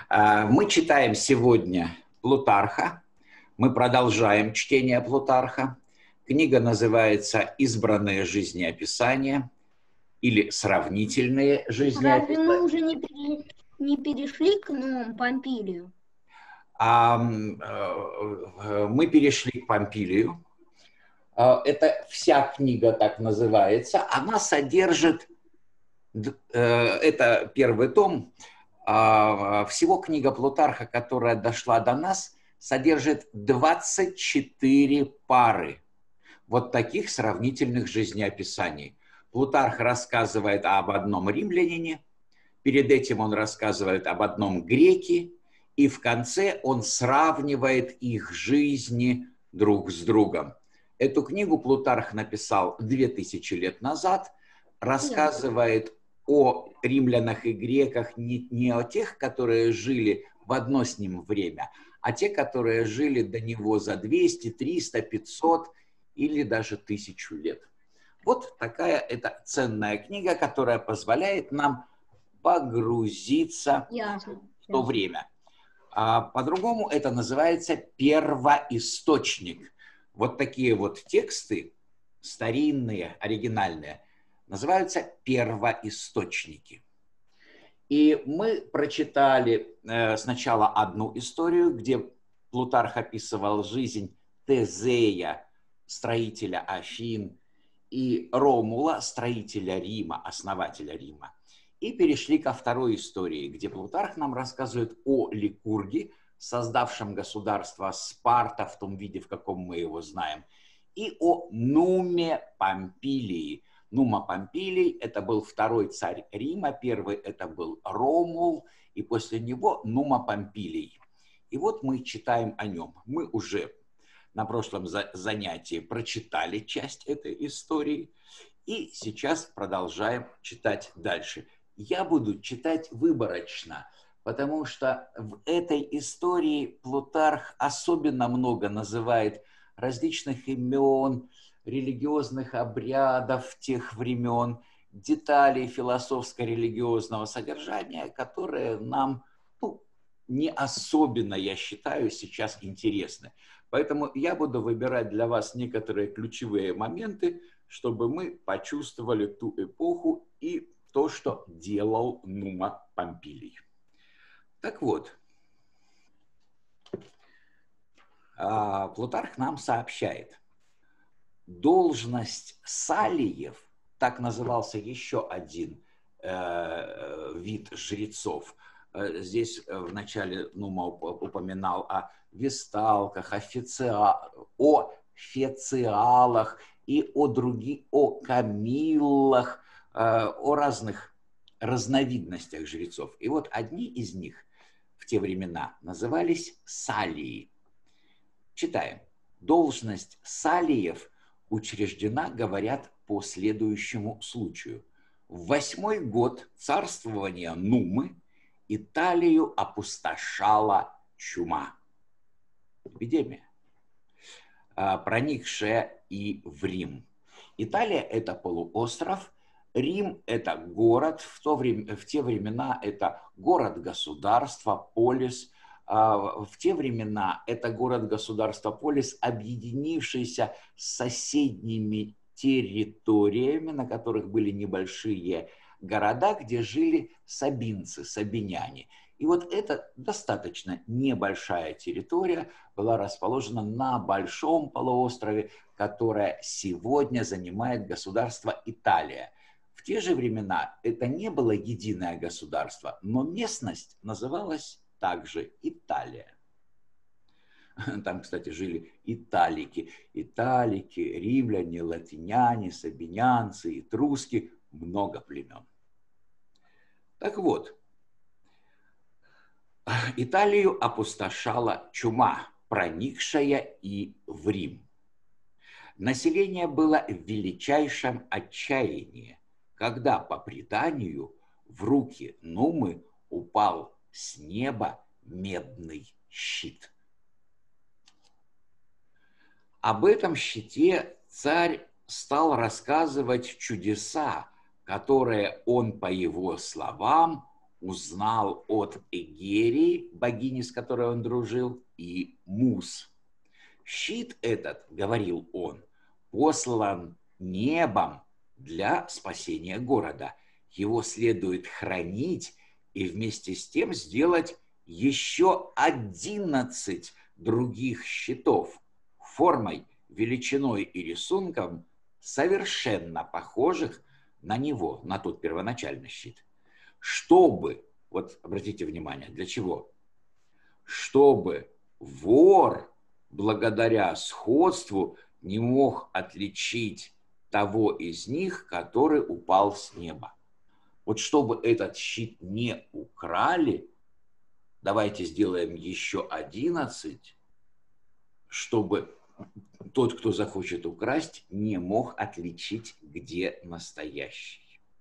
Мы читаем сегодня Плутарха. Мы продолжаем чтение Плутарха. Книга называется «Избранные жизнеописания» или «Сравнительные Разве мы жизнеописания». уже не перешли к новому Помпилию? Мы перешли к Помпилию. Это вся книга так называется. Она содержит, это первый том, всего книга Плутарха, которая дошла до нас, содержит 24 пары вот таких сравнительных жизнеописаний. Плутарх рассказывает об одном римлянине, перед этим он рассказывает об одном греке, и в конце он сравнивает их жизни друг с другом. Эту книгу Плутарх написал 2000 лет назад, рассказывает о римлянах и греках, не о тех, которые жили в одно с ним время, а те, которые жили до него за 200, 300, 500 или даже 1000 лет. Вот такая это ценная книга, которая позволяет нам погрузиться в то время. По-другому это называется первоисточник. Вот такие вот тексты, старинные, оригинальные, называются первоисточники. И мы прочитали сначала одну историю, где Плутарх описывал жизнь Тезея, строителя Афин, и Ромула, строителя Рима, основателя Рима. И перешли ко второй истории, где Плутарх нам рассказывает о Ликурге, создавшем государство Спарта в том виде, в каком мы его знаем, и о Нуме Помпилии. Нума Помпилий – это был второй царь Рима, первый – это был Ромул, и после него Нума Помпилий. И вот мы читаем о нем. Мы уже на прошлом занятии прочитали часть этой истории, и сейчас продолжаем читать дальше. Я буду читать выборочно, потому что в этой истории Плутарх особенно много называет различных имен, религиозных обрядов тех времен, деталей философско-религиозного содержания, которые нам не особенно, я считаю, сейчас интересны. Поэтому я буду выбирать для вас некоторые ключевые моменты, чтобы мы почувствовали ту эпоху и то, что делал Нума Помпилий. Так вот, Плутарх нам сообщает, должность салиев, так назывался еще один вид жрецов. Здесь вначале Нума упоминал о весталках, о фециалах и о камиллах, о разных разновидностях жрецов. И вот одни из них в те времена назывались салии. Читаем. Должность салиев учреждена, говорят, по следующему случаю. В 8-й год царствования Нумы Италию опустошала чума. Эпидемия, проникшая и в Рим. Италия – это полуостров, Рим – это город, в те времена это город-государство, полис. В те времена это город-государство, полис, объединившийся с соседними территориями, на которых были небольшие города, где жили сабинцы, сабиняне. И вот эта достаточно небольшая территория была расположена на большом полуострове, которое сегодня занимает государство Италия. В те же времена это не было единое государство, но местность называлась также Италия. Там, кстати, жили италики, римляне, латиняне, сабинянцы, этруски, много племен. Так вот, Италию опустошала чума, проникшая и в Рим. Население было в величайшем отчаянии, когда, по преданию, в руки Нумы упал с неба медный щит. Об этом щите царь стал рассказывать чудеса, которые он, по его словам, узнал от Эгерии, богини, с которой он дружил, и Мус. Щит этот, говорил он, послан небом для спасения города. Его следует хранить и вместе с тем сделать еще 11 других щитов формой, величиной и рисунком, совершенно похожих на него, на тот первоначальный щит. Чтобы, вот обратите внимание, для чего? Чтобы вор, благодаря сходству, не мог отличить того из них, который упал с неба. Вот чтобы этот щит не украли, давайте сделаем еще 11, чтобы тот, кто захочет украсть, не мог отличить, где настоящий.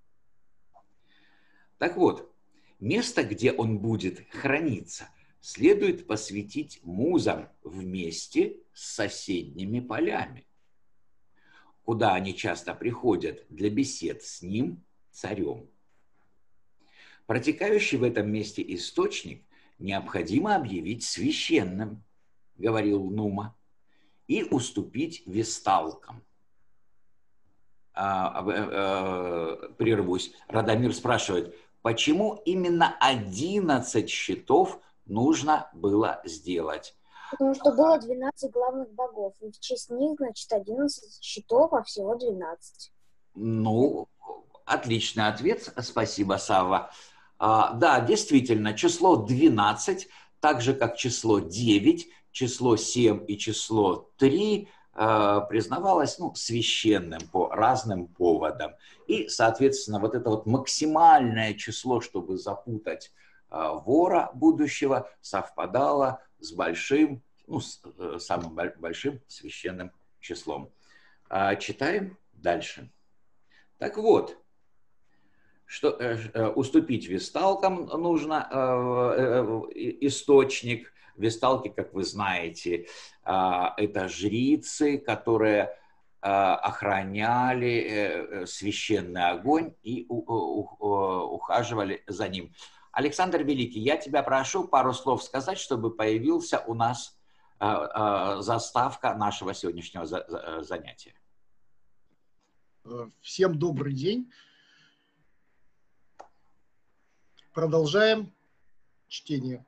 Так вот, место, где он будет храниться, следует посвятить музам вместе с соседними полями, куда они часто приходят для бесед с ним, царем. Протекающий в этом месте источник необходимо объявить священным, говорил Нума, и уступить весталкам. Прервусь. Радомир спрашивает, почему именно 11 щитов нужно было сделать? Потому что было 12 главных богов, и в честь них, значит, 11 щитов, а всего 12. Ну, отличный ответ, спасибо, Савва. Да, действительно, число 12, так же как число 9, число 7 и число 3 признавалось священным по разным поводам. И, соответственно, вот это вот максимальное число, чтобы запутать вора будущего, совпадало с большим, с самым большим священным числом. Читаем дальше. Так вот, что уступить весталкам нужно источник. Весталки, как вы знаете, это жрицы, которые охраняли священный огонь и ухаживали за ним. Александр Великий, я тебя прошу пару слов сказать, чтобы появился у нас заставка нашего сегодняшнего занятия. Всем добрый день. Продолжаем чтение.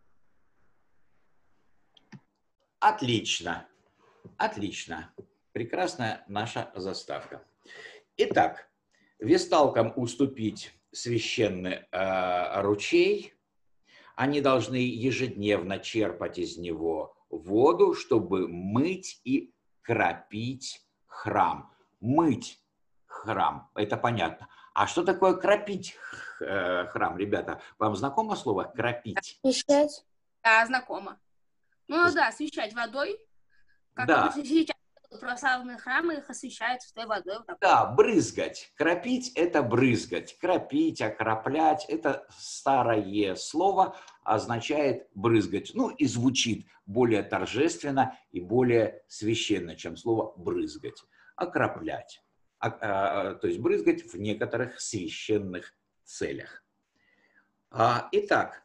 Отлично. Отлично. Прекрасная наша заставка. Итак, весталкам уступить священный ручей. Они должны ежедневно черпать из него воду, чтобы мыть и кропить храм. Мыть храм, это понятно. А что такое кропить храм, ребята? Вам знакомо слово кропить? Освещать? Да, знакомо. Ну да, освещать водой. Как да. Сейчас православные храмы их освещают той водой. Вот да, брызгать. Кропить – это брызгать. Кропить, окроплять – это старое слово, означает брызгать. Ну и звучит более торжественно и более священно, чем слово брызгать. Окроплять. То есть брызгать в некоторых священных целях. Итак,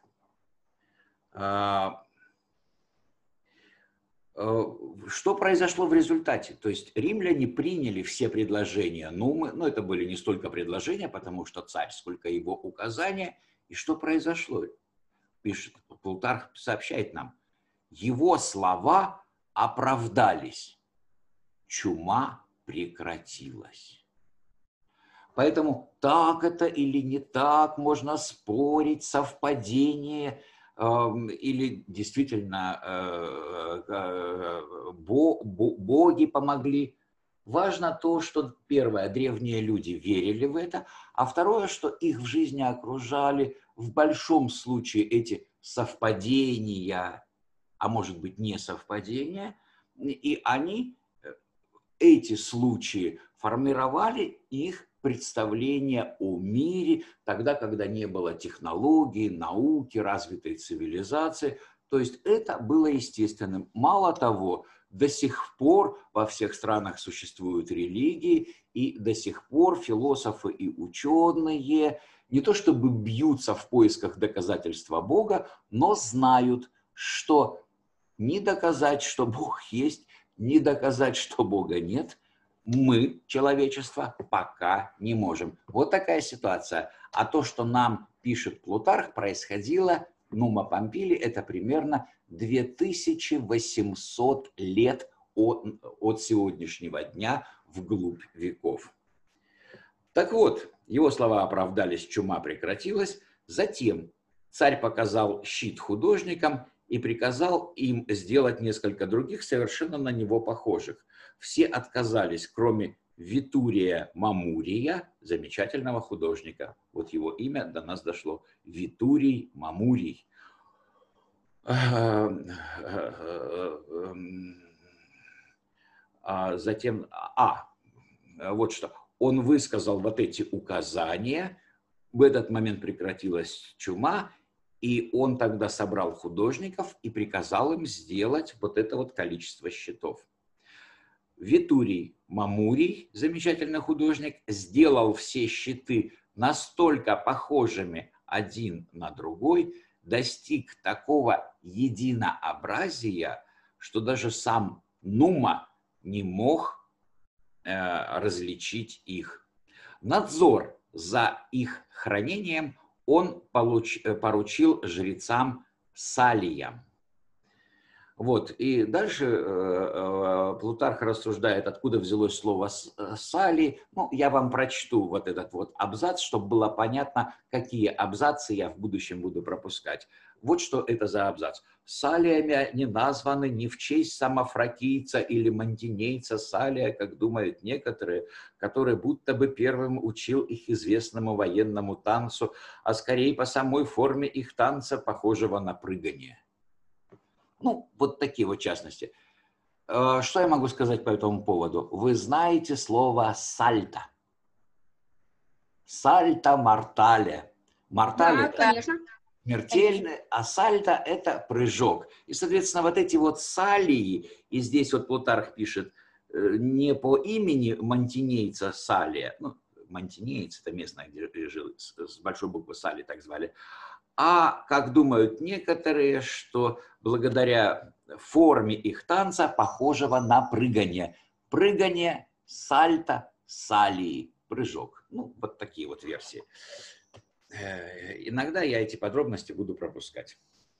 что произошло в результате? То есть римляне приняли все предложения Нумы, но это были не столько предложения, потому что царь, сколько его указания. И что произошло? Пишет Плутарх, сообщает нам. Его слова оправдались. Чума прекратилась. Поэтому так это или не так, можно спорить, совпадение, или действительно боги помогли. Важно то, что первое, древние люди верили в это, а второе, что их в жизни окружали в большом случае эти совпадения, а может быть не совпадения, и они эти случаи формировали их представление о мире, тогда, когда не было технологий, науки, развитой цивилизации. То есть это было естественным. Мало того, до сих пор во всех странах существуют религии, и до сих пор философы и ученые не то чтобы бьются в поисках доказательства Бога, но знают, что ни доказать, что Бог есть, ни доказать, что Бога нет, мы, человечество, пока не можем. Вот такая ситуация. А то, что нам пишет Плутарх, происходило, Нума Помпилий, это примерно 2800 лет от сегодняшнего дня вглубь веков. Так вот, его слова оправдались, чума прекратилась. Затем царь показал щит художникам и приказал им сделать несколько других, совершенно на него похожих. Все отказались, кроме Витурия Мамурия, замечательного художника. Вот его имя до нас дошло. Витурий Мамурий. Затем, вот что. Он высказал вот эти указания. В этот момент прекратилась чума. И он тогда собрал художников и приказал им сделать вот это вот количество щитов. Витурий Мамурий, замечательный художник, сделал все щиты настолько похожими один на другой, достиг такого единообразия, что даже сам Нума не мог различить их. Надзор за их хранением он поручил жрецам Салиям. Вот, и дальше Плутарх рассуждает, откуда взялось слово «сали». Ну, я вам прочту вот этот вот абзац, чтобы было понятно, какие абзацы я в будущем буду пропускать. Вот что это за абзац. «Салиями не названы ни в честь самофракийца или мантинейца Салия, как думают некоторые, который будто бы первым учил их известному военному танцу, а скорее по самой форме их танца, похожего на прыгание». Ну, вот такие вот частности. Что я могу сказать по этому поводу? Вы знаете слово «сальто». «Сальто мортале». Мортале – Да, конечно. смертельный, а сальто – это прыжок. И, соответственно, вот эти вот салии, и здесь вот Плутарх пишет, не по имени мантинейца Салия, ну, мантинеец – это местное, где жил, с большой буквы Салий так звали, а, как думают некоторые, что благодаря форме их танца, похожего на прыгание. Прыгание, сальто, салии, прыжок. Ну, вот такие вот версии. Иногда я эти подробности буду пропускать.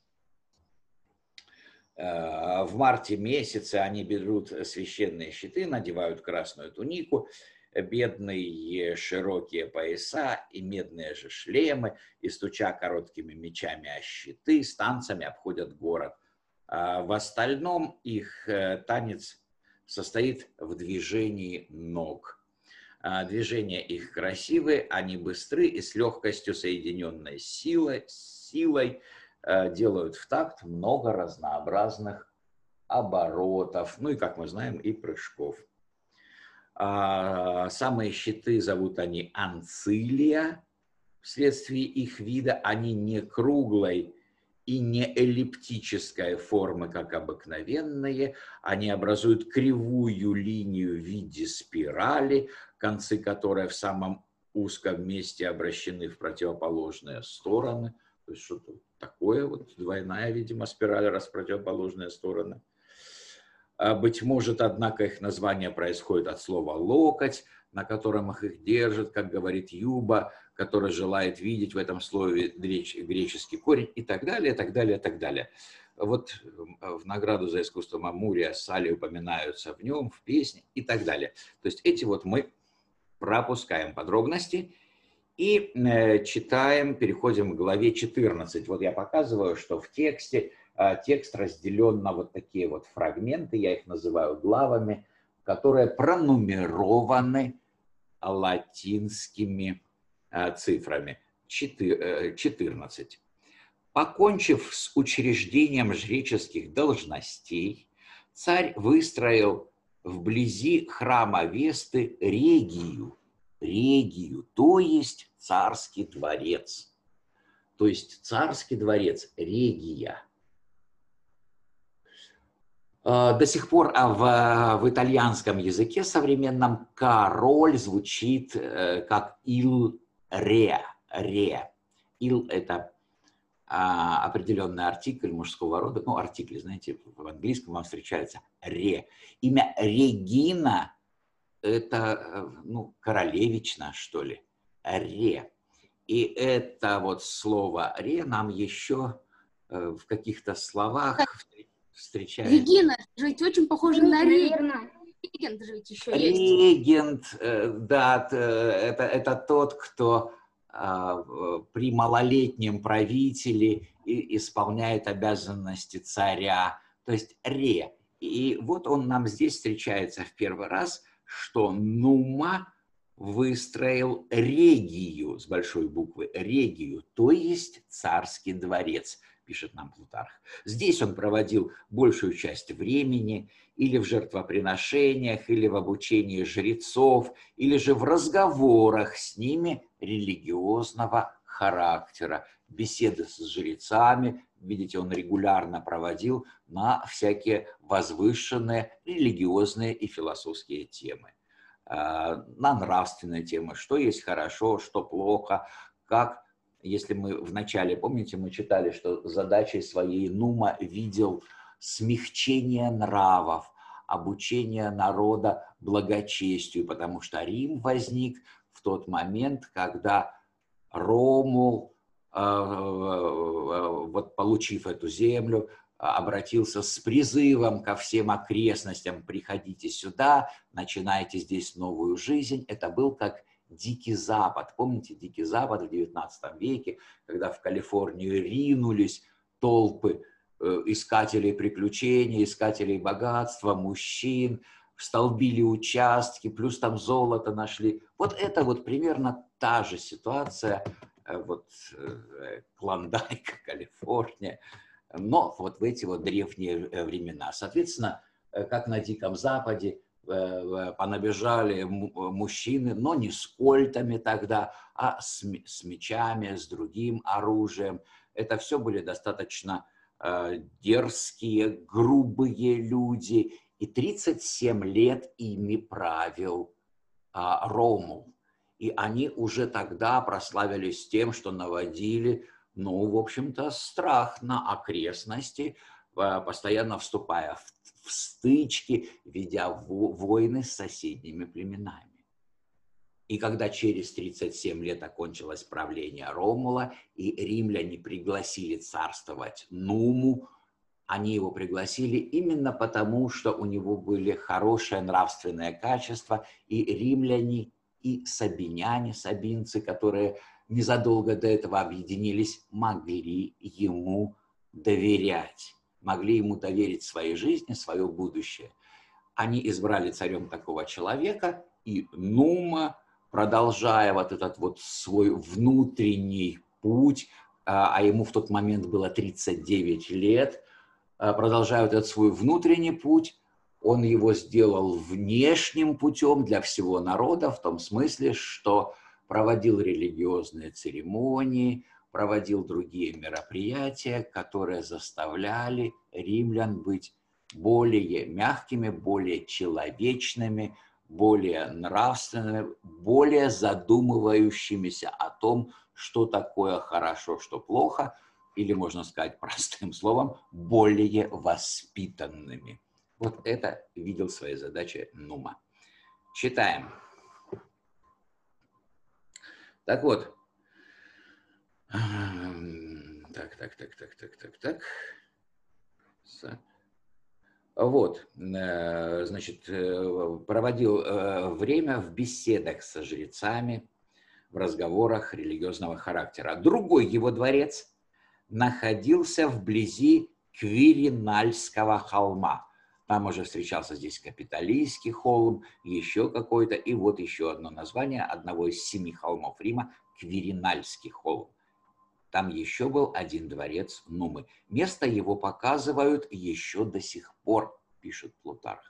В марте месяце они берут священные щиты, надевают красную тунику, бедные широкие пояса и медные же шлемы, и стуча короткими мечами о щиты, с танцами обходят город. В остальном их танец состоит в движении ног. Движения их красивые, они быстры и с легкостью соединенной силой делают в такт много разнообразных оборотов, ну и, как мы знаем, и прыжков. Самые щиты зовут они анцилия, вследствие их вида они не круглой и не эллиптической формы, как обыкновенные, они образуют кривую линию в виде спирали, концы которой в самом узком месте обращены в противоположные стороны. То есть что-то такое, вот двойная, видимо, спираль, раз в противоположные стороны. Быть может, однако, их название происходит от слова «локоть», на котором их держит, как говорит Юба, который желает видеть в этом слове греческий корень, и так далее, и так далее, и так далее. Вот в награду за искусство Мамурия Сали упоминаются в нем, в песне и так далее. То есть эти вот мы пропускаем подробности и читаем, переходим к главе 14. Вот я показываю, что в тексте текст разделен на вот такие вот фрагменты, я их называю главами, которые пронумерованы латинскими цифрами. 14. Покончив с учреждением жреческих должностей, царь выстроил вблизи храма Весты регию, то есть царский дворец. То есть царский дворец, регия. До сих пор в итальянском языке современном король звучит как il re, ре. Ил – это определенный артикль мужского рода, ну, артикли, знаете, в английском вам встречается ре. Имя Регина – это, ну, королевична, что ли, ре. И это вот слово ре нам еще в каких-то словах встречается. Регина, же ведь очень похоже на регент. Наверное. Регент же ведь еще есть. Регент, да, это тот, кто при малолетнем правителе исполняет обязанности царя, то есть ре. И вот он нам здесь встречается в первый раз, что Нума выстроил регию, с большой буквы регию, то есть царский дворец, пишет нам Плутарх. Здесь он проводил большую часть времени или в жертвоприношениях, или в обучении жрецов, или же в разговорах с ними религиозного характера. Беседы с жрецами, видите, он регулярно проводил на всякие возвышенные религиозные и философские темы. На нравственные темы, что есть хорошо, что плохо, как, если мы вначале, помните, мы читали, что задачей своей Нума видел смягчение нравов, обучение народа благочестию, потому что Рим возник в тот момент, когда Ромул, вот получив эту землю, обратился с призывом ко всем окрестностям: приходите сюда, начинайте здесь новую жизнь. Это был как Дикий Запад. Помните Дикий Запад в XIX веке, когда в Калифорнию ринулись толпы искателей приключений, искателей богатства, мужчин, столбили участки, плюс там золото нашли. Вот это вот примерно та же ситуация, вот Клондайк, Калифорния, но вот в эти вот древние времена. Соответственно, как на Диком Западе, понабежали мужчины, но не с кольтами тогда, а с мечами, с другим оружием. Это все были достаточно дерзкие, грубые люди. И 37 лет ими правил Ромул. И они уже тогда прославились тем, что наводили, ну, в общем-то, страх на окрестности, постоянно вступая в стычки, ведя войны с соседними племенами. И когда через 37 лет окончилось правление Ромула, и римляне пригласили царствовать Нуму, они его пригласили именно потому, что у него были хорошие нравственные качества, и римляне, и сабиняне, сабинцы, которые незадолго до этого объединились, могли ему доверять. Могли ему доверить своей жизни, свое будущее. Они избрали царем такого человека, и Нума, продолжая вот этот вот свой внутренний путь, а ему в тот момент было 39 лет, продолжая вот этот свой внутренний путь, он его сделал внешним путем для всего народа, в том смысле, что проводил религиозные церемонии, проводил другие мероприятия, которые заставляли римлян быть более мягкими, более человечными, более нравственными, более задумывающимися о том, что такое хорошо, что плохо, или, можно сказать простым словом, более воспитанными. Вот это видел своей задачей Нума. Читаем. Так вот. Так. Вот, значит, проводил время в беседах со жрецами, в разговорах религиозного характера. Другой его дворец находился вблизи Квиринальского холма. Там уже встречался здесь Капитолийский холм, еще какой-то, и вот еще одно название одного из 7 холмов Рима – Квиринальский холм. Там еще был один дворец Нумы. Место его показывают еще до сих пор, пишет Плутарх.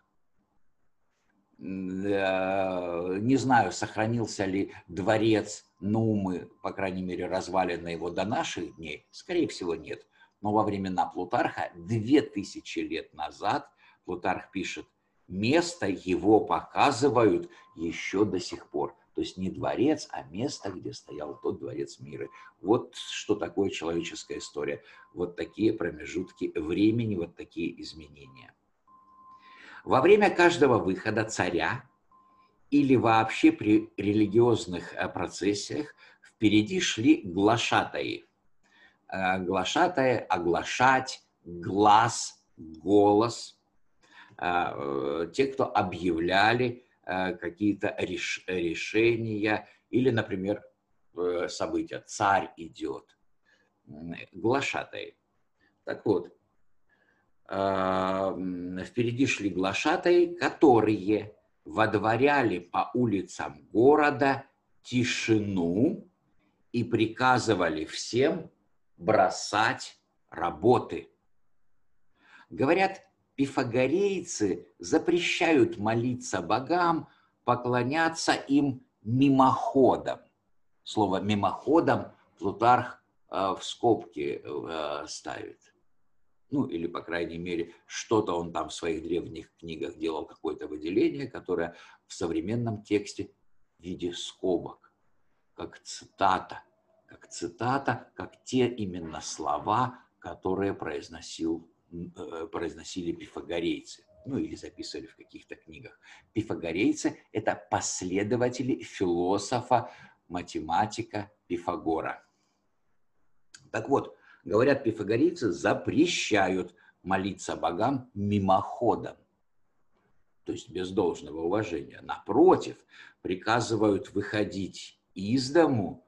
Не знаю, сохранился ли дворец Нумы, по крайней мере, развалины его до наших дней. Скорее всего, нет. Но во времена Плутарха, 2000 лет назад, Плутарх пишет, место его показывают еще до сих пор. То есть не дворец, а место, где стоял тот дворец мира. Вот что такое человеческая история. Вот такие промежутки времени, вот такие изменения. Во время каждого выхода царя или вообще при религиозных процессиях впереди шли глашатаи. Глашатаи, оглашать, глаз, голос. Те, кто объявляли какие-то решения или, например, события. Царь идет. Глашатаи. Так вот, впереди шли глашатаи, которые водворяли по улицам города тишину и приказывали всем бросать работы. Говорят, пифагорейцы запрещают молиться богам, поклоняться им мимоходом. Слово «мимоходом» Плутарх в скобки ставит. Ну, или, по крайней мере, что-то он там в своих древних книгах делал, какое-то выделение, которое в современном тексте в виде скобок, как цитата, как те именно слова, которые произносили пифагорейцы, ну или записывали в каких-то книгах. Пифагорейцы – это последователи философа, математика Пифагора. Так вот, говорят, пифагорейцы запрещают молиться богам мимоходом, то есть без должного уважения. Напротив, приказывают выходить из дому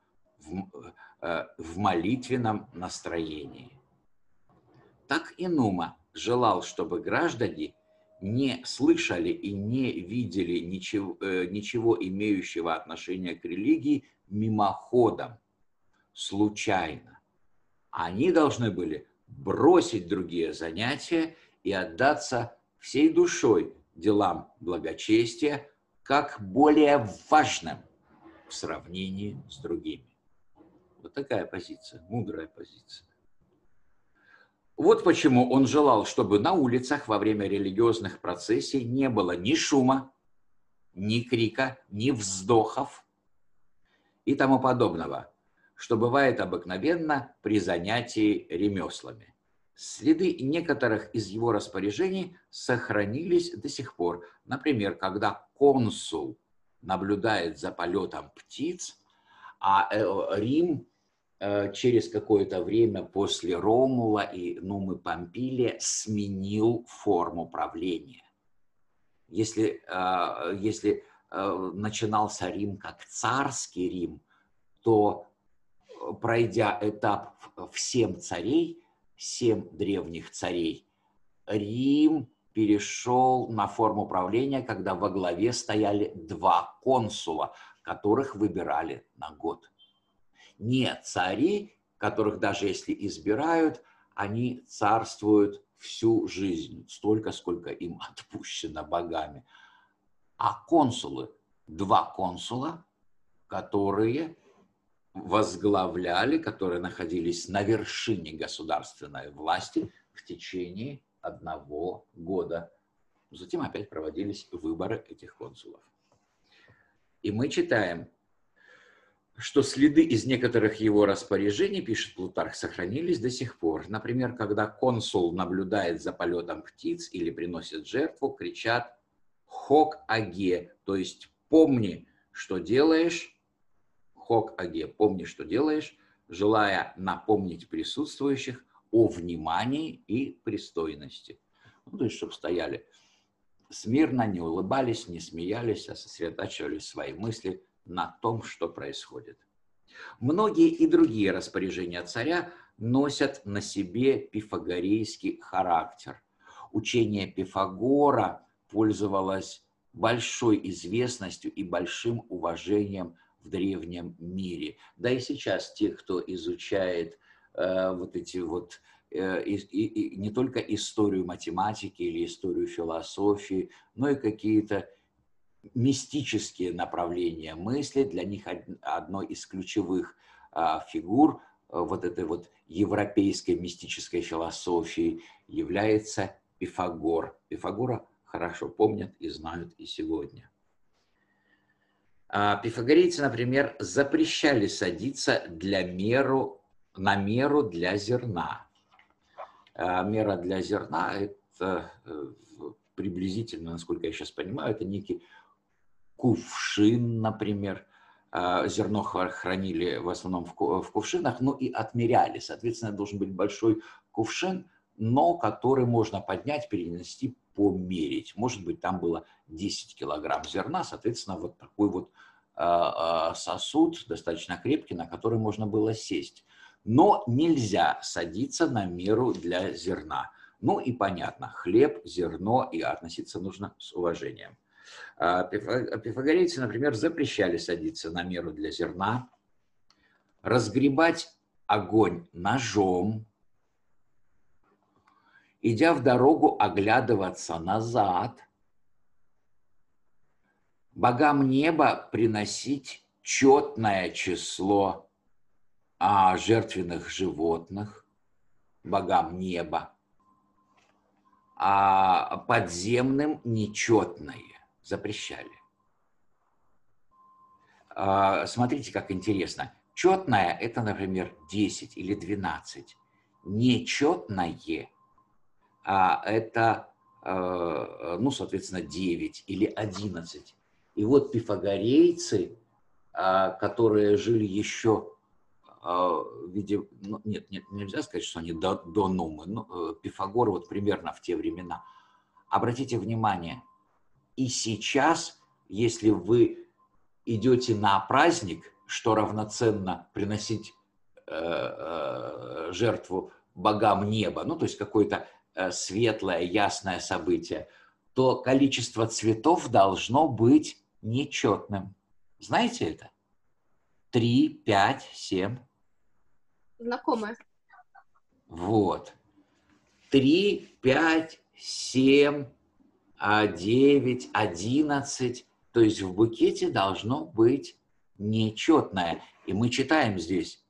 в молитвенном настроении. Так и Нума желал, чтобы граждане не слышали и не видели ничего имеющего отношения к религии мимоходом, случайно. Они должны были бросить другие занятия и отдаться всей душой делам благочестия как более важным в сравнении с другими. Вот такая позиция, мудрая позиция. Вот почему он желал, чтобы на улицах во время религиозных процессий не было ни шума, ни крика, ни вздохов и тому подобного, что бывает обыкновенно при занятии ремеслами. Следы некоторых из его распоряжений сохранились до сих пор. Например, когда консул наблюдает за полетом птиц, а Рим через какое-то время после Ромула и Нумы Помпилия сменил форму правления. Если начинался Рим как царский Рим, то, пройдя этап в 7 царей, 7 древних царей, Рим перешел на форму правления, когда во главе стояли 2 консула, которых выбирали на год. Не цари, которых даже если избирают, они царствуют всю жизнь, столько, сколько им отпущено богами. А консулы, 2 консула, которые возглавляли, которые находились на вершине государственной власти в течение 1 года. Затем опять проводились выборы этих консулов. И мы читаем, что следы из некоторых его распоряжений, пишет Плутарх, сохранились до сих пор. Например, когда консул наблюдает за полетом птиц или приносит жертву, кричат «Хок аге», то есть «помни, что делаешь», «Хок аге», «помни, что делаешь», желая напомнить присутствующих о внимании и пристойности. Ну, то есть, чтобы стояли смирно, не улыбались, не смеялись, а сосредотачивали свои мысли на том, что происходит. Многие и другие распоряжения царя носят на себе пифагорейский характер. Учение Пифагора пользовалось большой известностью и большим уважением в древнем мире. Да и сейчас те, кто изучает не только историю математики или историю философии, но и какие-то мистические направления мысли, для них одной из ключевых фигур вот этой вот европейской мистической философии является Пифагор. Пифагора хорошо помнят и знают и сегодня. Пифагорейцы, например, запрещали садиться на меру для зерна. Мера для зерна – это приблизительно, насколько я сейчас понимаю, это некий кувшин, например. Зерно хранили в основном в кувшинах, ну и отмеряли. Соответственно, должен быть большой кувшин, но который можно поднять, перенести, померить. Может быть, там было 10 килограмм зерна, соответственно, вот такой вот сосуд, достаточно крепкий, на который можно было сесть. Но нельзя садиться на меру для зерна. Ну и понятно, хлеб, зерно, и относиться нужно с уважением. Пифагорейцы, например, запрещали садиться на меру для зерна, разгребать огонь ножом, идя в дорогу, оглядываться назад, богам неба приносить четное число жертвенных животных, богам неба, а подземным нечетное запрещали. Смотрите, как интересно. Четное – это, например, 10 или 12. Нечетное – это, ну, соответственно, 9 или 11. И вот пифагорейцы, которые жили еще в виде... Ну, нет, нельзя сказать, что они до Нумы. Но Пифагор вот примерно в те времена. Обратите внимание, и сейчас, если вы идете на праздник, что равноценно приносить жертву богам неба, ну, то есть какое-то светлое, ясное событие, то количество цветов должно быть нечетным. Знаете это? 3, 5, 7. Знакомая. Вот. 3, 5, 7, 9, 11. То есть в букете должно быть нечетное. И мы читаем здесь: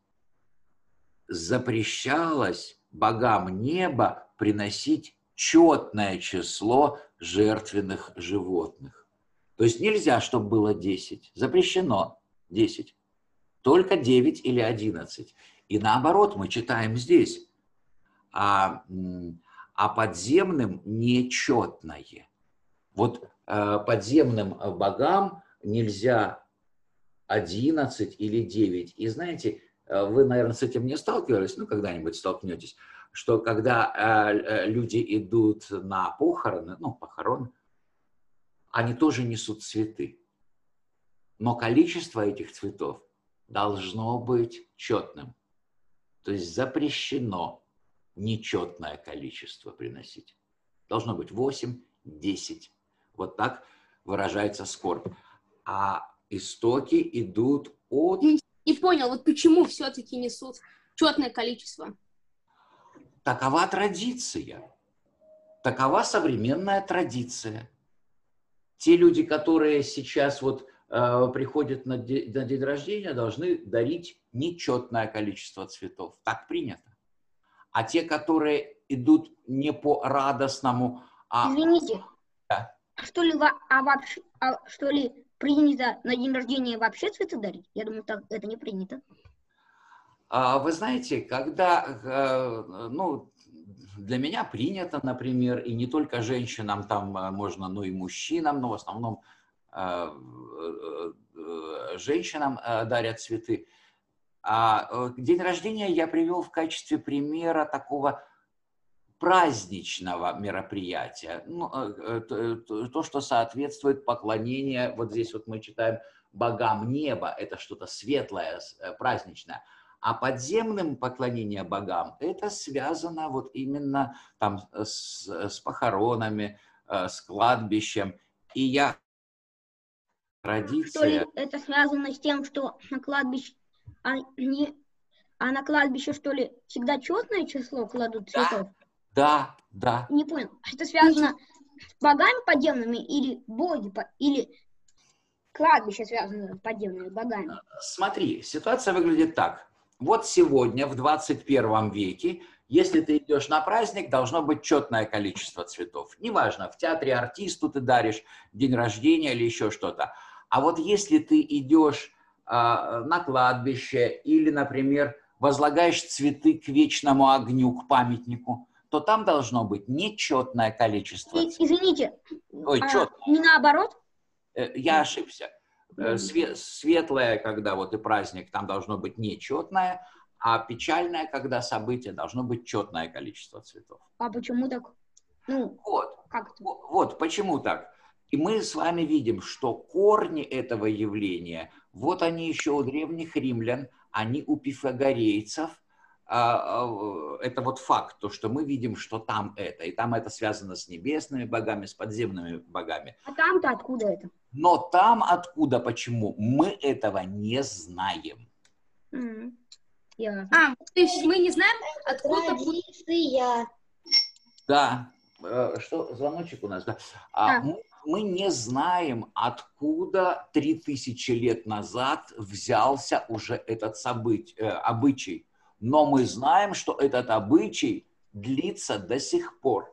запрещалось богам неба приносить четное число жертвенных животных. То есть нельзя, чтобы было 10. Запрещено 10. Только 9 или 11. И наоборот, мы читаем здесь: а подземным нечетное. Вот подземным богам нельзя 11 или 9. И знаете, вы, наверное, с этим не сталкивались, ну, когда-нибудь столкнетесь, что когда люди идут на похороны, ну, похорон, они тоже несут цветы. Но количество этих цветов должно быть четным. То есть запрещено нечетное количество приносить. Должно быть 8, 10. Вот так выражается скорбь. А истоки идут от... Не понял, вот почему все-таки несут четное количество? Такова традиция. Такова современная традиция. Те люди, которые сейчас вот приходят на день рождения, должны дарить нечетное количество цветов. Так принято. А те, которые идут не по радостному, а... Извините, Да. что ли принято на день рождения вообще цветы дарить? Я думаю, так это не принято. Вы знаете, когда, ну, для меня принято, например, и не только женщинам там можно, но и мужчинам, но в основном женщинам дарят цветы. День рождения я привел в качестве примера такого праздничного мероприятия. Ну, то, что соответствует поклонению, вот здесь вот мы читаем богам неба, это что-то светлое, праздничное. А подземным поклонение богам, это связано вот именно там с похоронами, с кладбищем. И я... Традиция... Что ли это связано с тем, что на кладбище, на кладбище, что ли, всегда четное число кладут цветов? Да. Не понял. Это связано с богами подземными или боги, или кладбище связано с подземными богами? Смотри, ситуация выглядит так. Вот сегодня, в 21 веке, если ты идешь на праздник, должно быть четное количество цветов. Неважно, в театре артисту ты даришь день рождения или еще что-то. А вот если ты идешь на кладбище или, например, возлагаешь цветы к вечному огню, к памятнику, то там должно быть нечетное количество цветов. Извините, Ой, четное. не наоборот? Я ошибся. Светлое, когда вот и праздник, там должно быть нечетное, а печальное, когда событие, должно быть четное количество цветов. А почему так? Ну, как это? Вот почему так. И мы с вами видим, что корни этого явления, вот они еще у древних римлян, они у пифагорейцев. Это вот факт, то, что мы видим, что там это. И там это связано с небесными богами, с подземными богами. А там-то откуда это? Но там откуда, почему, мы этого не знаем. Ясно. То есть мы не знаем, откуда... Традиция. Да. Что, звоночек у нас, да? Мы не знаем, откуда 3000 лет назад взялся уже этот обычай. Но мы знаем, что этот обычай длится до сих пор.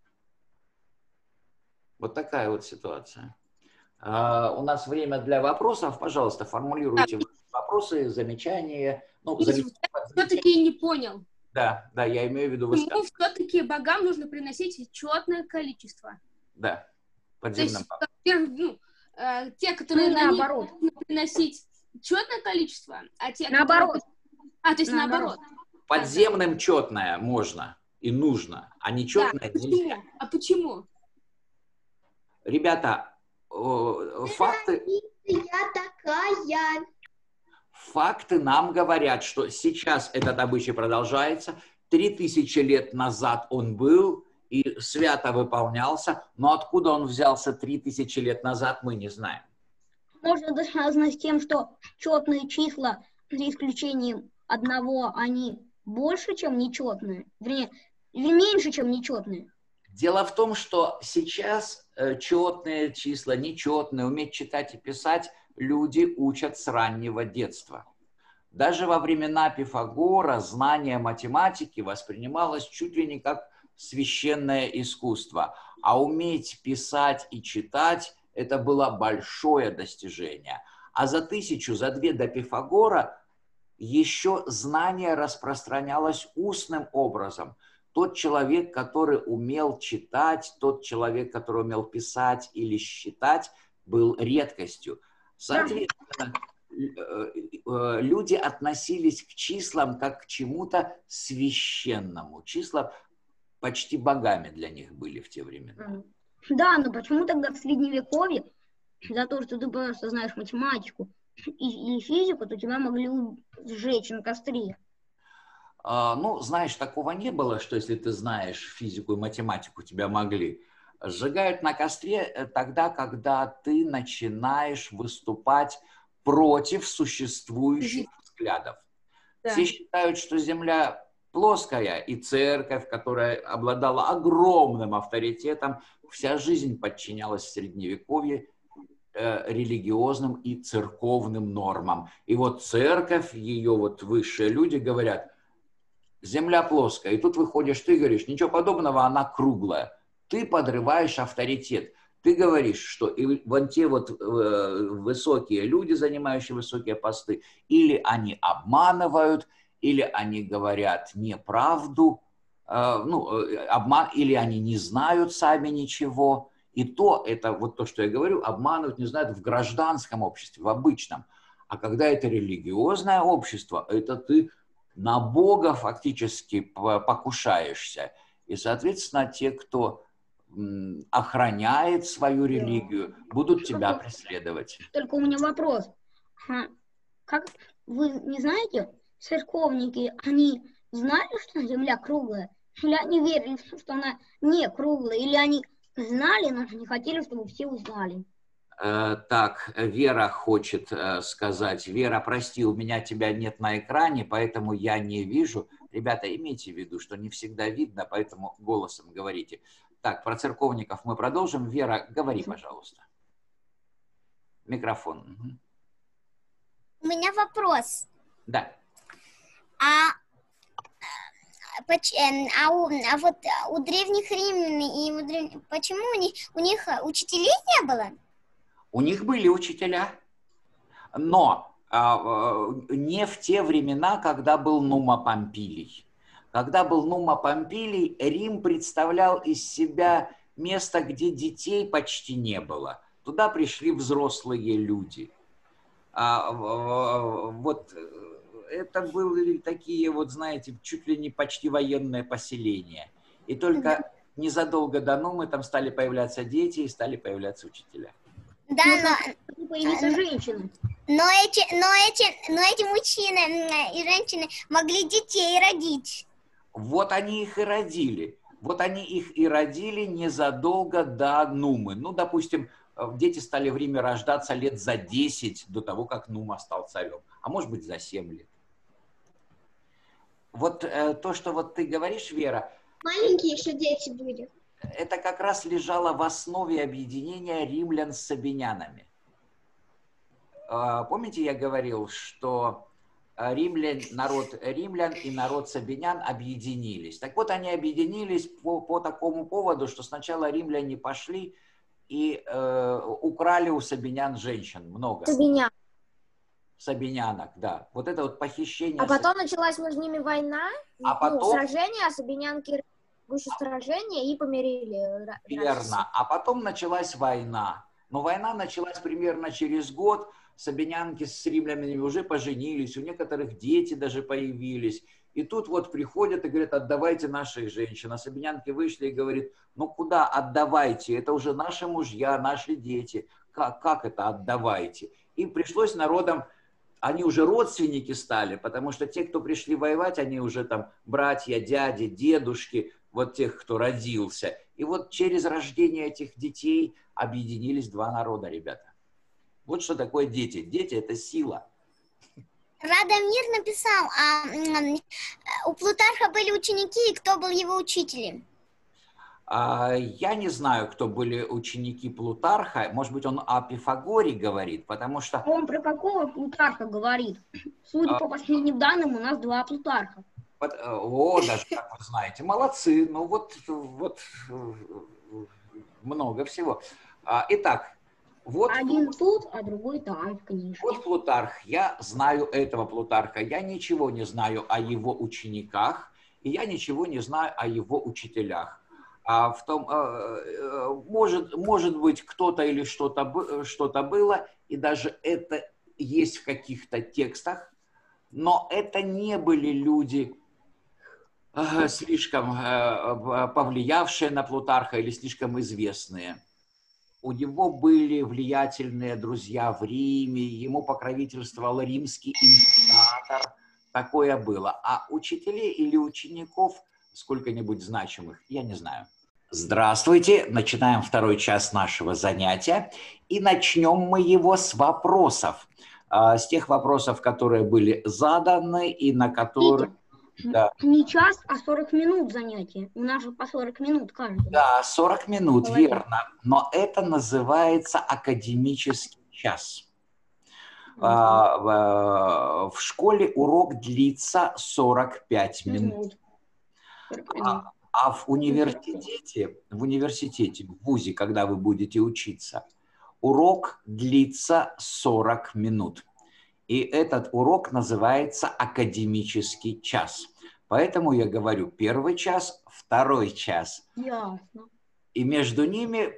Вот такая вот ситуация. У нас время для вопросов. Пожалуйста, формулируйте вопросы, замечания. Все-таки не понял. Да, я имею в виду Почему все-таки богам нужно приносить четное количество? Да, подземным богам. Те, которые наоборот нужно приносить четное количество, а те, наоборот. То есть наоборот. Подземным четное можно и нужно, а нечетное нельзя. А почему? Ребята, факты... Я такая. Факты нам говорят, что сейчас этот обычай продолжается. 3000 лет назад он был и свято выполнялся, но откуда он взялся 3000 лет назад, мы не знаем. Может, это связано с тем, что четные числа, за исключением одного, они больше, чем нечетные? Вернее, меньше, чем нечетные? Дело в том, что сейчас четные числа, нечетные, уметь читать и писать люди учат с раннего детства. Даже во времена Пифагора знание математики воспринималось чуть ли не как священное искусство. А уметь писать и читать – это было большое достижение. А за 1000, за 2 до Пифагора еще знание распространялось устным образом. Тот человек, который умел читать, тот человек, который умел писать или считать, был редкостью. Соответственно, люди относились к числам как к чему-то священному. Числа почти богами для них были в те времена. Да, но почему тогда в Средневековье за то, что ты просто знаешь математику или физику, то тебя могли сжечь на костре? Ну, знаешь, такого не было, что если ты знаешь физику и математику, тебя могли. Сжигают на костре тогда, когда ты начинаешь выступать против существующих взглядов. Да. Все считают, что Земля плоская, и церковь, которая обладала огромным авторитетом, вся жизнь подчинялась в Средневековье религиозным и церковным нормам. И вот церковь, ее вот высшие люди говорят, Земля плоская. И тут выходишь, ты говоришь, ничего подобного, она круглая. Ты подрываешь авторитет. Ты говоришь, что и вон те вот высокие люди, занимающие высокие посты, или они обманывают, или они говорят неправду, или они не знают сами ничего. И то, это вот то, что я говорю, обманывают, не знают в гражданском обществе, в обычном. А когда это религиозное общество, это ты на Бога фактически покушаешься. И, соответственно, те, кто охраняет свою религию, будут тебя преследовать. Только у меня вопрос. Как вы не знаете, церковники, они знали, что Земля круглая? Или они верили, что она не круглая? Или они знали, но не хотели, чтобы все узнали? Так, Вера хочет сказать. Вера, прости, у меня тебя нет на экране, поэтому я не вижу. Ребята, имейте в виду, что не всегда видно, поэтому голосом говорите. Так, про церковников мы продолжим. Вера, говори, пожалуйста. Микрофон. У меня вопрос. Да. Вот у древних римлян, почему у них учителей не было? У них были учителя, но не в те времена, когда был Нума Помпилий. Когда был Нума Помпилий, Рим представлял из себя место, где детей почти не было. Туда пришли взрослые люди. Вот это были такие, вот знаете, чуть ли не почти военное поселение. И только незадолго до Нумы там стали появляться дети и стали появляться учителя. Да, Появились женщины. но эти мужчины и женщины могли детей родить. Вот они их и родили. Вот они их и родили незадолго до Нумы. Ну, допустим, дети стали в Риме рождаться лет за 10 до того, как Нума стал царем. А может быть, за 7 лет. Вот то, что вот ты говоришь, Вера, Маленькие еще дети были. это как раз лежало в основе объединения римлян с сабинянами. Помните, я говорил, что народ римлян и народ сабинян объединились. Так вот, они объединились по такому поводу, что сначала римляне пошли и украли у сабинян женщин много. Сабинян. Сабинянок, да. Вот это вот похищение. А потом началась между ними война, потом... сражение, а сабинянки гуще сражения и помирили. Верно. А потом началась война. Но война началась примерно через год. Сабинянки с римлянами уже поженились, у некоторых дети даже появились. И тут вот приходят и говорят: отдавайте наших женщин. А сабинянки вышли и говорят: ну куда отдавайте? Это уже наши мужья, наши дети. Как это отдавайте? И пришлось народам, они уже родственники стали, потому что те, кто пришли воевать, они уже там братья, дяди, дедушки, вот тех, кто родился. И вот через рождение этих детей объединились два народа, ребята. Вот что такое дети. Дети – это сила. Радомир написал, у Плутарха были ученики, и кто был его учителем? Я не знаю, кто были ученики Плутарха. Может быть, он о Пифагоре говорит, потому что... Он про какого Плутарха говорит? Судя по последним данным, у нас два Плутарха. Даже как вы знаете. Молодцы. Ну вот много всего. Итак, вот один тут, а другой там в книжке. Вот Плутарх. Я знаю этого Плутарха. Я ничего не знаю о его учениках, и я ничего не знаю о его учителях. Может быть, кто-то или что-то было, и даже это есть в каких-то текстах, но это не были люди, слишком повлиявшие на Плутарха или слишком известные. У него были влиятельные друзья в Риме, ему покровительствовал римский император. Такое было. А учителей или учеников, сколько-нибудь значимых, я не знаю. Здравствуйте. Начинаем второй час нашего занятия. И начнем мы его с вопросов. С тех вопросов, которые были заданы и на которые... Да. Не час, а 40 минут занятия. У нас же по 40 минут каждый. Да, 40 минут, верно. Но это называется академический час. В школе урок длится 45 минут. А в университете, в вузе, когда вы будете учиться, урок длится 40 минут. И этот урок называется академический час. Поэтому я говорю первый час, второй час. Ясно. И между ними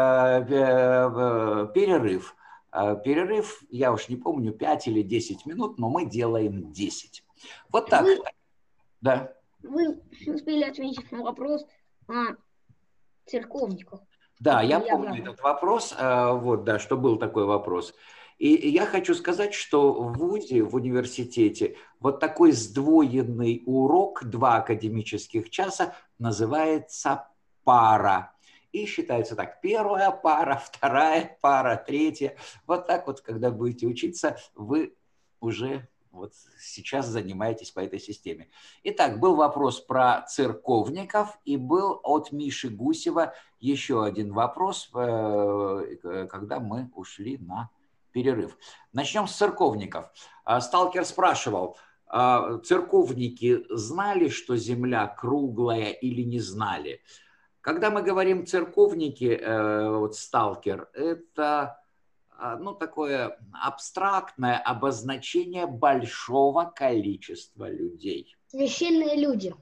перерыв. Перерыв, я уж не помню, 5 или 10 минут, но мы делаем 10. Вот так. Да. Вы успели ответить на вопрос о церковниках. Да, я помню этот вопрос, что был такой вопрос. И я хочу сказать, что в вузе, в университете, вот такой сдвоенный урок, 2 академических часа, называется пара. И считается так: первая пара, вторая пара, третья. Вот так вот, когда будете учиться, вы уже вот сейчас занимаетесь по этой системе. Итак, был вопрос про церковников, и был от Миши Гусева еще один вопрос, когда мы ушли на перерыв. Начнем с церковников. Сталкер спрашивал, церковники знали, что Земля круглая, или не знали? Когда мы говорим церковники, Сталкер, это ну, такое абстрактное обозначение большого количества людей. Священные люди.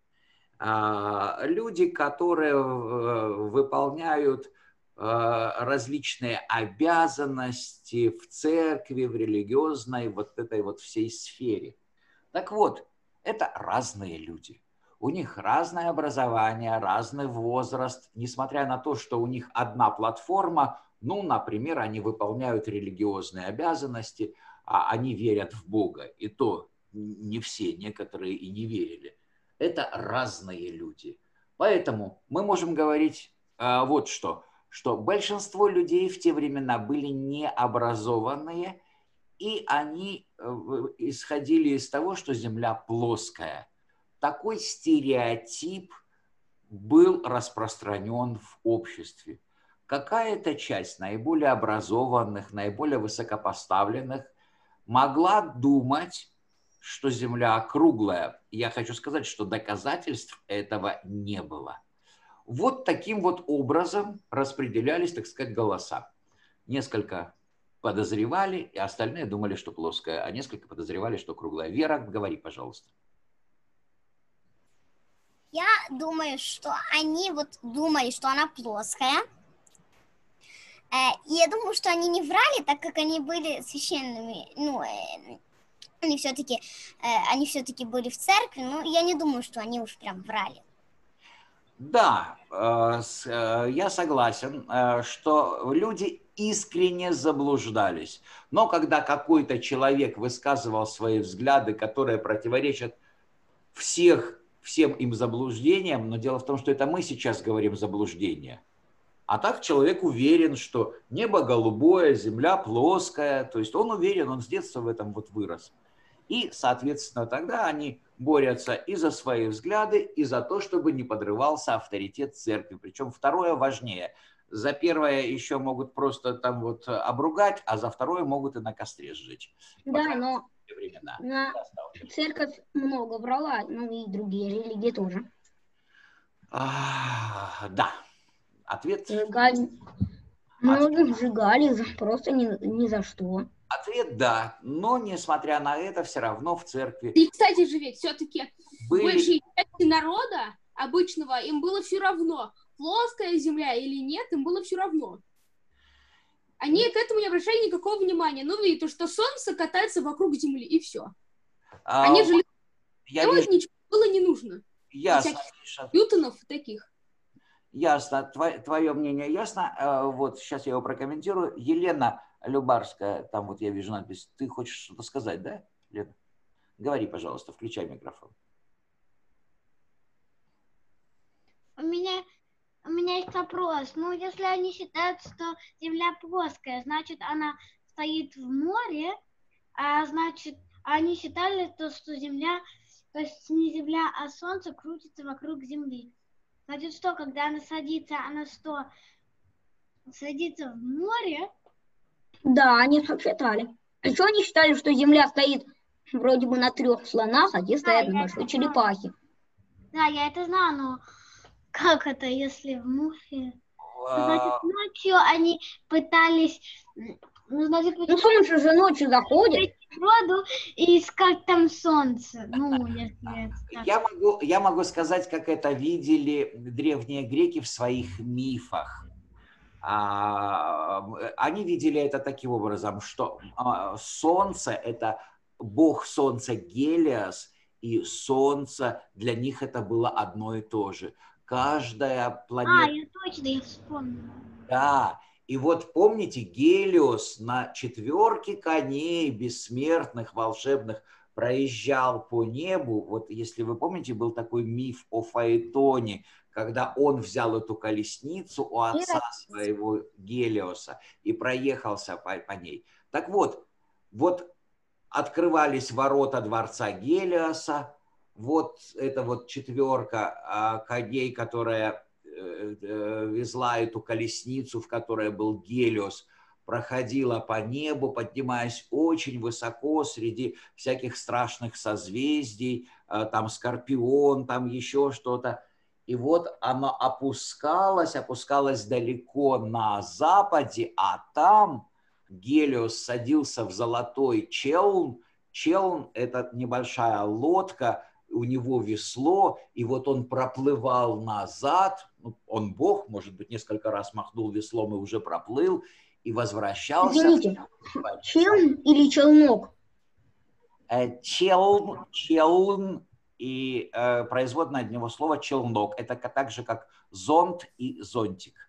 Люди, которые выполняют различные обязанности в церкви, в религиозной, вот этой вот всей сфере. Так вот, это разные люди. У них разное образование, разный возраст, несмотря на то, что у них одна платформа, ну, например, они выполняют религиозные обязанности, а они верят в Бога. И то не все, некоторые и не верили. Это разные люди. Поэтому мы можем говорить вот что большинство людей в те времена были необразованные, и они исходили из того, что Земля плоская. Такой стереотип был распространен в обществе. Какая-то часть наиболее образованных, наиболее высокопоставленных могла думать, что Земля круглая. Я хочу сказать, что доказательств этого не было. Вот таким вот образом распределялись, так сказать, голоса. Несколько подозревали, и остальные думали, что плоская, а несколько подозревали, что круглая. Вера, говори, пожалуйста. Я думаю, что они вот думали, что она плоская. И я думаю, что они не врали, так как они были священными, ну, они все-таки были в церкви, но я не думаю, что они уж прям врали. Да, я согласен, что люди искренне заблуждались. Но когда какой-то человек высказывал свои взгляды, которые противоречат всем им заблуждениям, но дело в том, что это мы сейчас говорим заблуждение. А так человек уверен, что небо голубое, земля плоская, то есть он уверен, он с детства в этом вот вырос. И, соответственно, тогда они борются и за свои взгляды, и за то, чтобы не подрывался авторитет церкви. Причем второе важнее. За первое еще могут просто там вот обругать, а за второе могут и на костре сжечь. Да, но церковь много врала, ну и другие религии тоже. Да. Ответ... Сжигали. Многих сжигали просто ни за что. Ответ да, но несмотря на это, все равно в церкви... И, кстати же, ведь все-таки большей части народа обычного им было все равно, плоская земля или нет, им было все равно. Они к этому не обращали никакого внимания. Ну, и то, что солнце катается вокруг земли, и все. Они жили... Делать ничего было не нужно. Ясно. Ньютонов таких. Ясно. Твое мнение ясно. Вот сейчас я его прокомментирую. Елена Любарская, там вот я вижу надпись. Ты хочешь что-то сказать, да, Лена? Говори, пожалуйста, включай микрофон. У меня есть вопрос. Ну, если они считают, что Земля плоская, значит, она стоит в море, а значит, они считали, что Земля, то есть не Земля, а Солнце крутится вокруг Земли. Значит, что, когда она садится садится в море? Да, они так считали. А еще они считали, что Земля стоит вроде бы на 3 слонах, а те стоят на большой черепахе. Да, я это знаю, но как это, если в море? Значит, ночью они пытались... Ну, солнце же ночью заходит. Воду и искать там солнце. Ну, если это... Я могу сказать, как это видели древние греки в своих мифах. Они видели это таким образом, что солнце – это бог солнца Гелиос, и солнце для них это было одно и то же. Каждая планета... я точно, я вспомнила. Да, и вот помните, Гелиос на 4 коней бессмертных, волшебных проезжал по небу. Вот если вы помните, был такой миф о Фаэтоне, когда он взял эту колесницу у отца своего Гелиоса и проехался по ней. Так вот открывались ворота дворца Гелиоса, вот эта вот 4 коней, которая везла эту колесницу, в которой был Гелиос, проходила по небу, поднимаясь очень высоко среди всяких страшных созвездий, там Скорпион, там еще что-то. И вот оно опускалось далеко на западе, а там Гелиос садился в золотой челн. Челн – это небольшая лодка, у него весло, и вот он проплывал назад, ну, он бог, может быть, несколько раз махнул веслом и уже проплыл, и возвращался. Извините, челн или челнок? Челн и производное от него слово челнок. Это так же, как зонт и зонтик.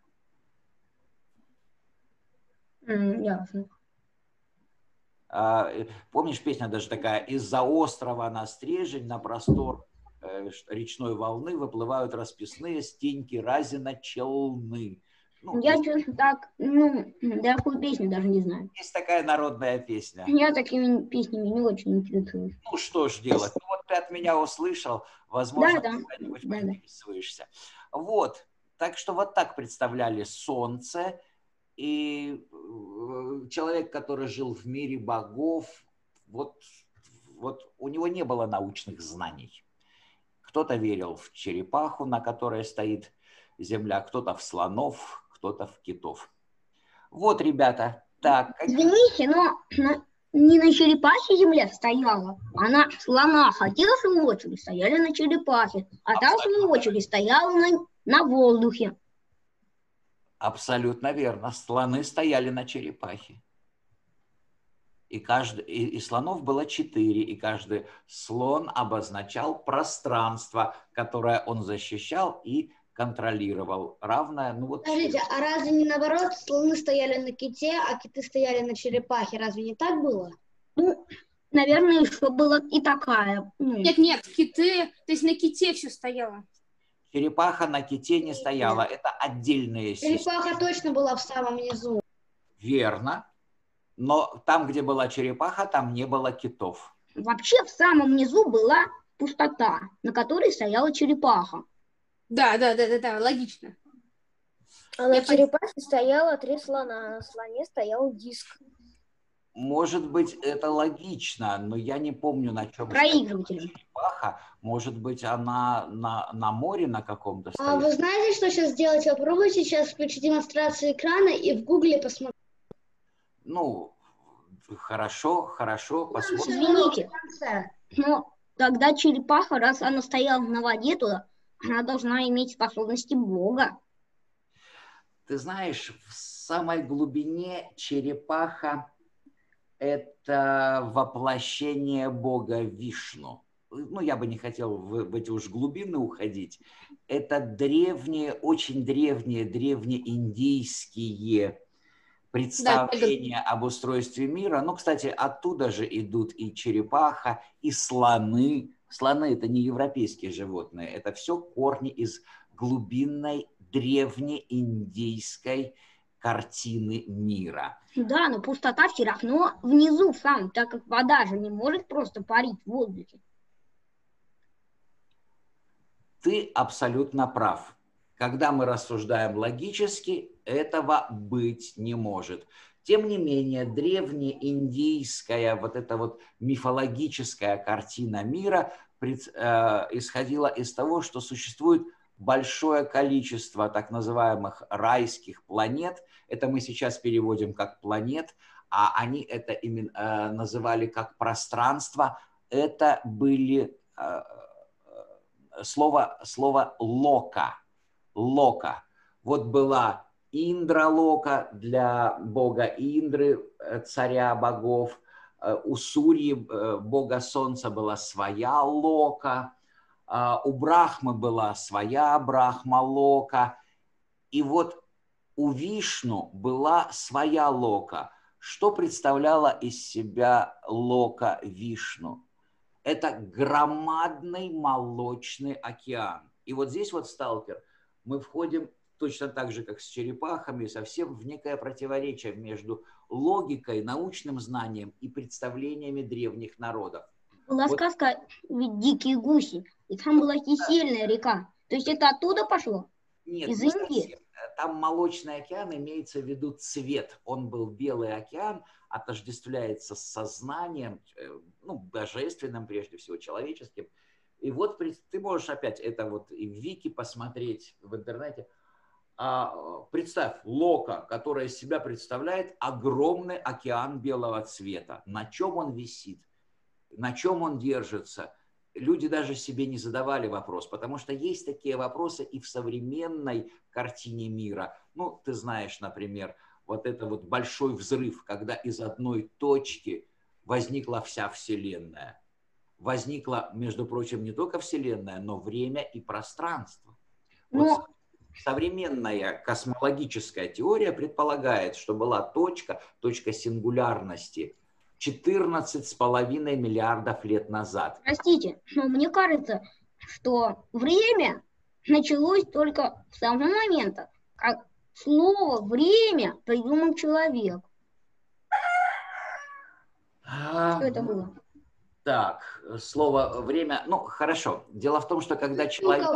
Ясно. Помнишь, песня даже такая: «Из-за острова на стрежень, на простор речной волны выплывают расписные стеньки разина челны». Ну, Я честно так, такую песню даже не знаю. есть такая народная песня. Я такими песнями не очень интересуюсь. Ну, что ж делать? Ну, вот ты от меня услышал, возможно, Да. когда-нибудь Да. поинтересуешься. Вот. Так что вот так представляли солнце. И человек, который жил в мире богов, вот у него не было научных знаний. Кто-то верил в черепаху, на которой стоит земля, кто-то в слонов, кто-то в китов. Вот, ребята, так. Извините, но не на черепахе земля стояла, а на слонах. А те, в свою очередь, стояли на черепахе, а та, в свою очередь, стояла на воздухе. Абсолютно верно. Слоны стояли на черепахе. И слонов было 4, и каждый слон обозначал пространство, которое он защищал и контролировал. Равное, Скажите, а разве не наоборот, слоны стояли на ките, а киты стояли на черепахе? Разве не так было? Ну, наверное, еще была и такая. Нет, киты, то есть на ките все стояло. Черепаха на ките не стояла. Это отдельные системы. Черепаха точно была в самом низу. Верно. Но там, где была черепаха, там не было китов. Вообще в самом низу была пустота, на которой стояла черепаха. Да, логично. А на черепахе стояло 3 слона, а на слоне стоял диск. Может быть, это логично, но я не помню, на чем Проигрыватель. черепаха. Может быть, она на море на каком-то стоит. А вы знаете, что сейчас делать? Попробуйте сейчас включить демонстрацию экрана и в Гугле посмотреть. Ну, хорошо, посмотрим. Извините, но тогда черепаха, раз она стояла на воде туда, она должна иметь способности Бога. Ты знаешь, в самой глубине черепаха – это воплощение Бога Вишну. Ну, я бы не хотел в эти уж глубины уходить. Это древние, очень древнеиндийские представления об устройстве мира. Ну, кстати, оттуда же идут и черепаха, и слоны. Слоны – это не европейские животные. Это все корни из глубинной древнеиндийской картины мира. Да, но пустота все равно внизу сам, так как вода же не может просто парить в воздухе. Ты абсолютно прав. Когда мы рассуждаем логически, этого быть не может. Тем не менее, древнеиндийская вот эта вот мифологическая картина мира исходила из того, что существует большое количество так называемых райских планет. Это мы сейчас переводим как планет, а они это именно называли как пространство. Это были слово лока. Лока. Вот была Индралока для бога Индры, царя богов. У Сурьи, бога солнца, была своя лока. У Брахмы была своя Брахма-лока. И вот у Вишну была своя лока. Что представляла из себя лока Вишну? Это громадный молочный океан. И вот здесь вот, сталкер, мы входим точно так же, как с черепахами, совсем в некое противоречие между логикой, научным знанием и представлениями древних народов. Была сказка «Ведь дикие гуси», и там была кисельная река. То есть это оттуда пошло? Нет, из не Индии? совсем. Там молочный океан, имеется в виду цвет. Он был белый океан, отождествляется с сознанием, ну, божественным, прежде всего, человеческим. И вот ты можешь опять это вот и в Вики посмотреть в интернете. представь, Лока, которая из себя представляет огромный океан белого цвета. На чем он висит? На чем он держится? Люди даже себе не задавали вопрос, потому что есть такие вопросы и в современной картине мира. Ну, ты знаешь, например, вот это вот большой взрыв, когда из одной точки возникла вся Вселенная. Возникла, между прочим, не только Вселенная, но время и пространство. Вот современная космологическая теория предполагает, что была точка сингулярности 14,5 миллиардов лет назад. Простите, но мне кажется, что время началось только с того момента, как слово «время» придумал человек. Что это было? Так, слово «время», ну, хорошо. Дело в том, что когда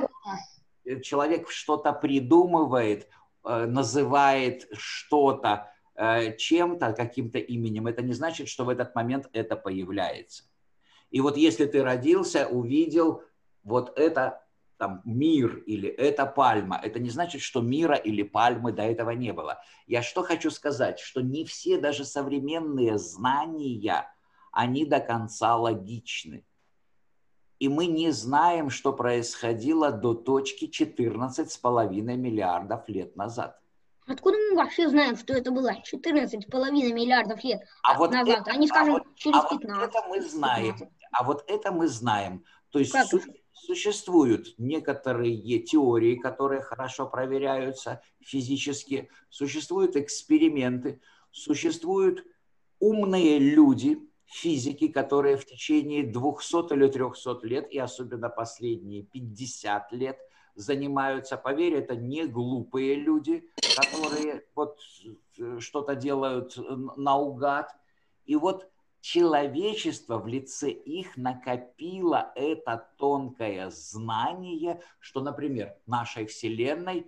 человек что-то придумывает, называет что-то чем-то, каким-то именем, это не значит, что в этот момент это появляется. И вот если ты родился, увидел вот это там мир или это пальма, это не значит, что мира или пальмы до этого не было. Я что хочу сказать, что не все даже современные знания, они до конца логичны. И мы не знаем, что происходило до точки 14,5 миллиардов лет назад. Откуда мы вообще знаем, что это было 14,5 миллиардов лет назад? Они скажут, через 15. Вот это мы знаем. А вот это мы знаем. То есть существуют некоторые теории, которые хорошо проверяются физически, существуют эксперименты, существуют умные люди, физики, которые в течение 200 или 300 лет, и особенно последние 50 лет, занимаются, поверь, это не глупые люди, которые вот что-то делают наугад. И вот человечество в лице их накопило это тонкое знание, что, например, нашей Вселенной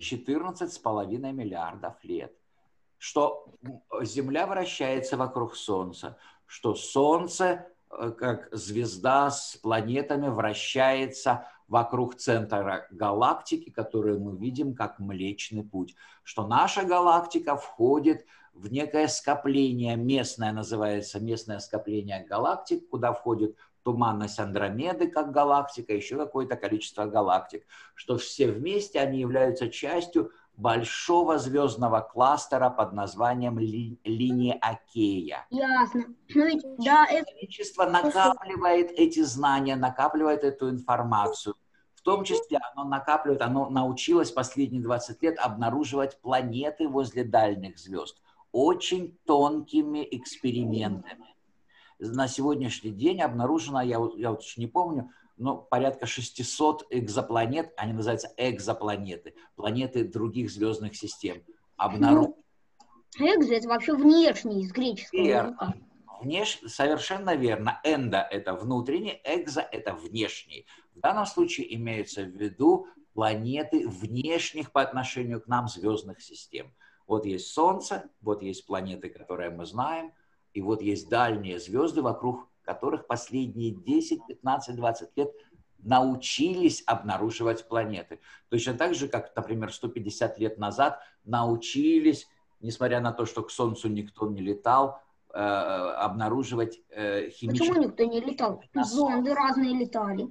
14,5 миллиардов лет, что Земля вращается вокруг Солнца, что Солнце, как звезда с планетами, вращается вокруг центра галактики, которую мы видим как Млечный Путь, что наша галактика входит в некое скопление, местное называется местное скопление галактик, куда входит туманность Андромеды как галактика, еще какое-то количество галактик, что все вместе они являются частью большого звездного кластера под названием Линиакея. Ясно. Но ведь, да, Человечество накапливает эти знания, накапливает эту информацию. В том числе оно накапливает, оно научилось последние 20 лет обнаруживать планеты возле дальних звезд очень тонкими экспериментами. На сегодняшний день обнаружено, я вот не помню, но порядка 600 экзопланет, они называются экзопланеты, планеты других звездных систем. Экзо – это вообще внешний, из греческого языка. Совершенно верно. Эндо – это внутренний, экзо – это внешний. В данном случае имеются в виду планеты внешних по отношению к нам звездных систем. Вот есть Солнце, вот есть планеты, которые мы знаем, и вот есть дальние звезды, вокруг которых последние 10, 15, 20 лет научились обнаруживать планеты. Точно так же, как, например, 150 лет назад научились, несмотря на то, что к Солнцу никто не летал, обнаруживать химические... Почему никто не летал? Зонды разные летали.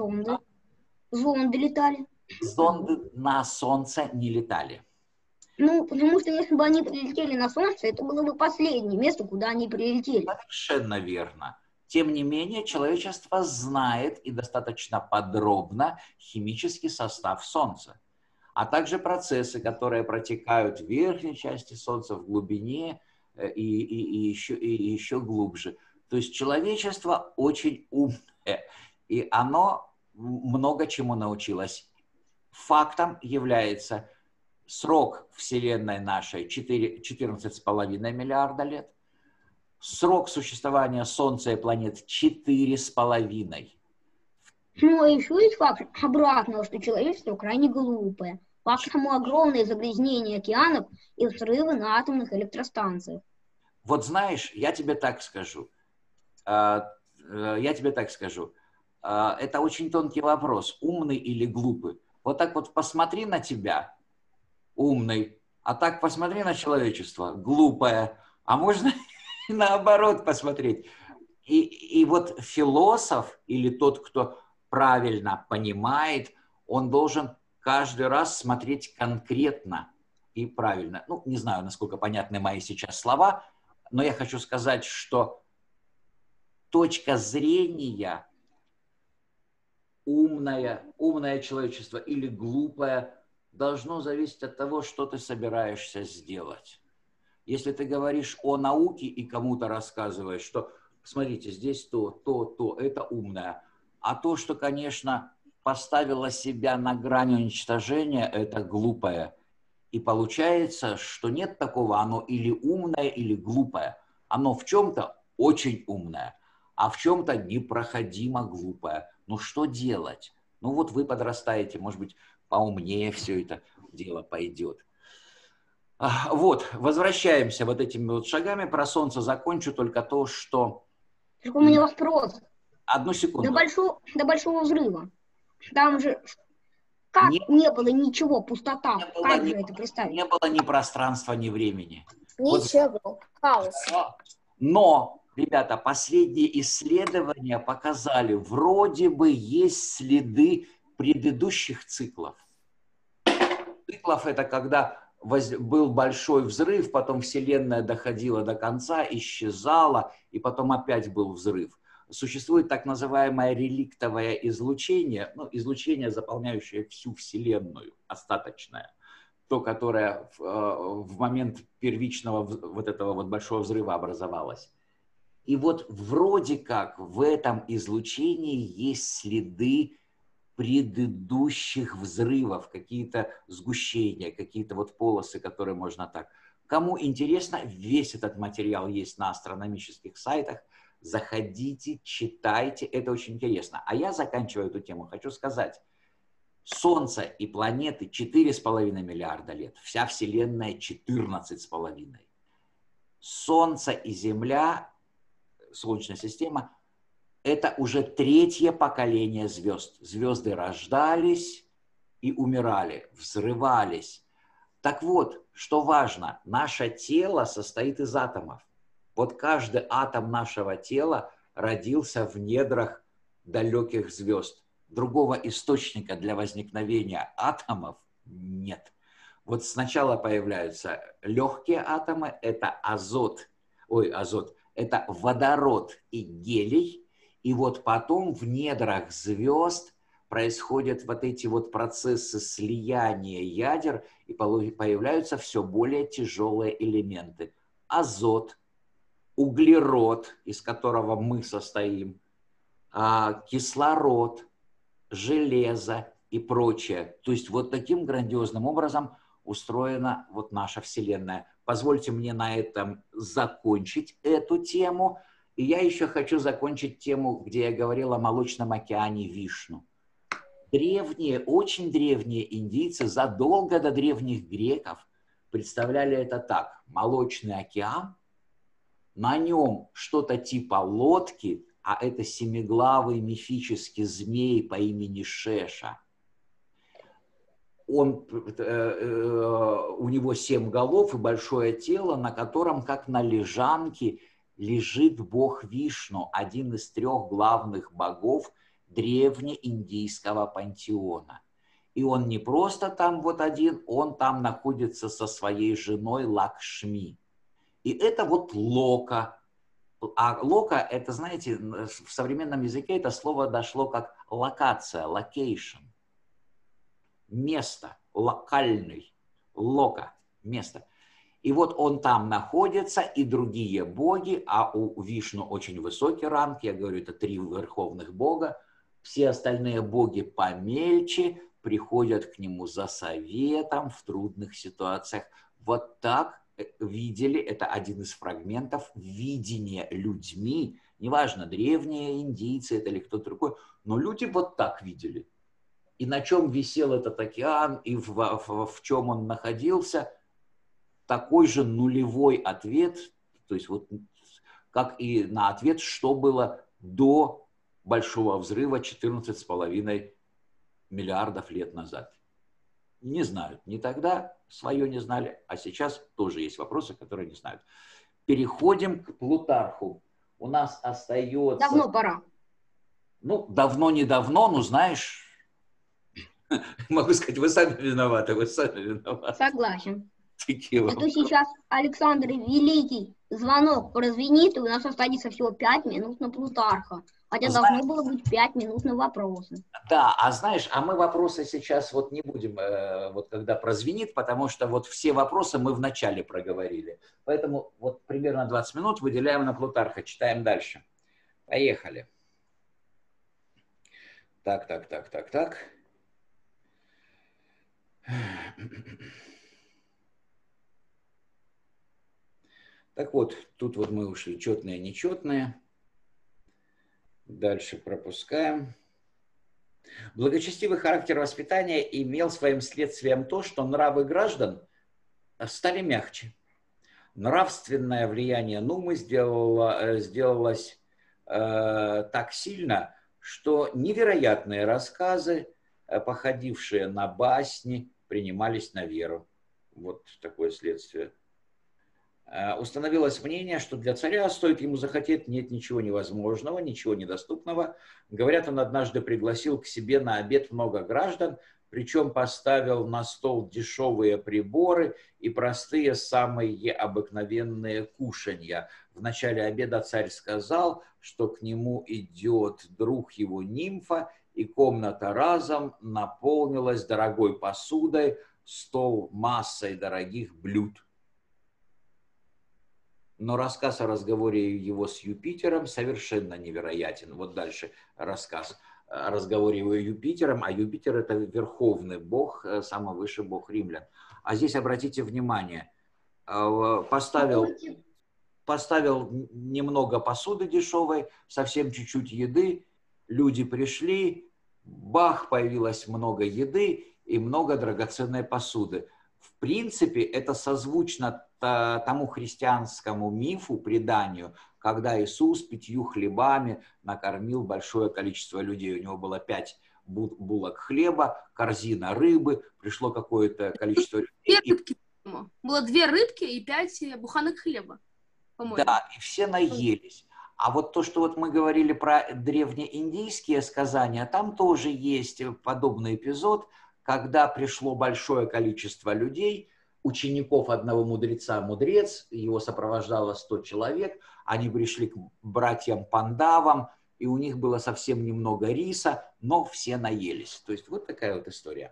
Зонды летали. Зонды на Солнце не летали. Ну, потому что если бы они прилетели на Солнце, это было бы последнее место, куда они прилетели. Совершенно верно. Тем не менее, человечество знает и достаточно подробно химический состав Солнца, а также процессы, которые протекают в верхней части Солнца, в глубине и еще глубже. То есть человечество очень умное, и оно много чему научилось. Фактом является срок Вселенной нашей 14,5 миллиарда лет. Срок существования Солнца и планет 4,5. Ну, а еще есть факт обратного, что человечество крайне глупое. Поэтому огромное загрязнение океанов и взрывы на атомных электростанциях. Вот знаешь, я тебе так скажу. Это очень тонкий вопрос. Умный или глупый? Вот так вот посмотри на тебя. умный. А так посмотри на человечество, глупое. А можно наоборот посмотреть. И вот философ или тот, кто правильно понимает, он должен каждый раз смотреть конкретно и правильно. Ну, не знаю, насколько понятны мои сейчас слова, но я хочу сказать, что точка зрения умное человечество или глупое должно зависеть от того, что ты собираешься сделать. Если ты говоришь о науке и кому-то рассказываешь, что, смотрите, здесь то, это умное. А то, что, конечно, поставило себя на грани уничтожения, это глупое. И получается, что нет такого, оно или умное, или глупое. Оно в чем-то очень умное, а в чем-то непроходимо глупое. Ну что делать? Ну вот вы подрастаете, может быть, поумнее все это дело пойдет. Вот, возвращаемся вот этими вот шагами. Про Солнце закончу только то, что... Только у меня вопрос. Одну секунду. До большого взрыва. Там же... Как не было ничего, пустота? Как же это представить? Не было ни пространства, ни времени. Ничего, вот. Хаос. Но, ребята, последние исследования показали, вроде бы есть следы предыдущих циклов. Циклов — это когда был большой взрыв, потом Вселенная доходила до конца, исчезала, и потом опять был взрыв. Существует так называемое реликтовое излучение, ну, излучение, заполняющее всю Вселенную, остаточное, то, которое в момент первичного вот этого вот большого взрыва образовалось. И вот вроде как в этом излучении есть следы предыдущих взрывов, какие-то сгущения, какие-то вот полосы, которые можно так. Кому интересно, весь этот материал есть на астрономических сайтах. Заходите, читайте, это очень интересно. А я заканчиваю эту тему, хочу сказать, Солнце и планеты 4,5 миллиарда лет, вся Вселенная 14,5. Солнце и Земля, Солнечная система, это уже третье поколение звезд. Звезды рождались и умирали, взрывались. Так вот, что важно, наше тело состоит из атомов. Вот каждый атом нашего тела родился в недрах далеких звезд. Другого источника для возникновения атомов нет. Вот сначала появляются легкие атомы, это это водород и гелий. И вот потом в недрах звезд происходят вот эти вот процессы слияния ядер, и появляются все более тяжелые элементы. Азот, углерод, из которого мы состоим, кислород, железо и прочее. То есть вот таким грандиозным образом устроена вот наша Вселенная. Позвольте мне на этом закончить эту тему. И я еще хочу закончить тему, где я говорил о Молочном океане Вишну. Древние, очень древние индийцы, задолго до древних греков, представляли это так. Молочный океан, на нем что-то типа лодки, а это семиглавый мифический змей по имени Шеша. У него 7 голов и большое тело, на котором, как на лежанке, лежит бог Вишну, один из 3 главных богов древнеиндийского пантеона. И он не просто там вот один, он там находится со своей женой Лакшми. И это вот Лока. А Лока, это, знаете, в современном языке это слово дошло как локация, location. Место, локальный, Лока, место. И вот он там находится, и другие боги, а у Вишну очень высокий ранг, я говорю, это 3 верховных бога, все остальные боги помельче приходят к нему за советом в трудных ситуациях. Вот так видели, это один из фрагментов видения людьми, неважно, древние индийцы это или кто-то другой, но люди вот так видели. И на чем висел этот океан, и в чем он находился, такой же нулевой ответ, то есть вот как и на ответ, что было до Большого взрыва 14,5 миллиардов лет назад. Не знают. Не тогда свое не знали, а сейчас тоже есть вопросы, которые не знают. Переходим к Плутарху. У нас остается... Давно пора. Ну, давно-не давно, но знаешь, могу сказать, вы сами виноваты, вы сами виноваты. Согласен. Такие А то вопросы. сейчас Александр Великий звонок прозвенит, и у нас останется всего 5 минут на Плутарха. Хотя должно было быть 5 минут на вопросы. Да, а знаешь, а мы вопросы сейчас вот не будем, вот когда прозвенит, потому что вот все вопросы мы вначале проговорили. Поэтому вот примерно 20 минут выделяем на Плутарха, читаем дальше. Поехали. Так. Так вот, тут вот мы ушли четные, нечетные. Дальше пропускаем. Благочестивый характер воспитания имел своим следствием то, что нравы граждан стали мягче. Нравственное влияние Нумы сделалось так сильно, что невероятные рассказы, походившие на басни, принимались на веру. Вот такое следствие. Установилось мнение, что для царя, стоит ему захотеть, нет ничего невозможного, ничего недоступного. Говорят, он однажды пригласил к себе на обед много граждан, причем поставил на стол дешевые приборы и простые самые обыкновенные кушанья. В начале обеда царь сказал, что к нему идет друг его нимфа, и комната разом наполнилась дорогой посудой, стол массой дорогих блюд. Но рассказ о разговоре его с Юпитером совершенно невероятен. Вот дальше рассказ о разговоре его с Юпитером, а Юпитер – это верховный бог, самый высший бог римлян. А здесь, обратите внимание, поставил немного посуды дешевой, совсем чуть-чуть еды, люди пришли, бах, появилось много еды и много драгоценной посуды. В принципе, это созвучно тому христианскому мифу, преданию, когда Иисус 5 хлебами накормил большое количество людей. У него было 5 булок хлеба, корзина рыбы, пришло какое-то количество людей. Было 2 рыбки и 5 буханок хлеба, по-моему. Да, и все наелись. А вот то, что вот мы говорили про древнеиндийские сказания, там тоже есть подобный эпизод, когда пришло большое количество людей, учеников одного мудреца, мудрец, его сопровождало 100 человек, они пришли к братьям Пандавам, и у них было совсем немного риса, но все наелись. То есть вот такая вот история.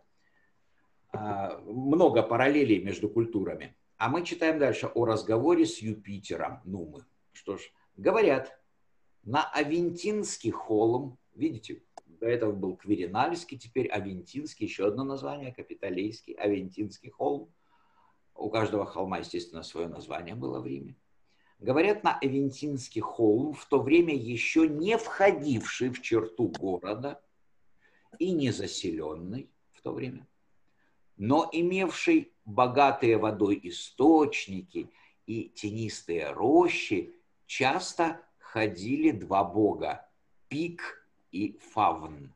Много параллелей между культурами. А мы читаем дальше о разговоре с Юпитером Нумы. Что ж, говорят, на Авентинский холм, видите, до этого был Квиринальский, теперь Авентинский, еще одно название, Капитолийский, Авентинский холм. У каждого холма, естественно, свое название было в Риме. Говорят, на Авентинский холм, в то время еще не входивший в черту города и не заселенный в то время, но имевший богатые водой источники и тенистые рощи, часто ходили 2 бога – Пик и Фавн,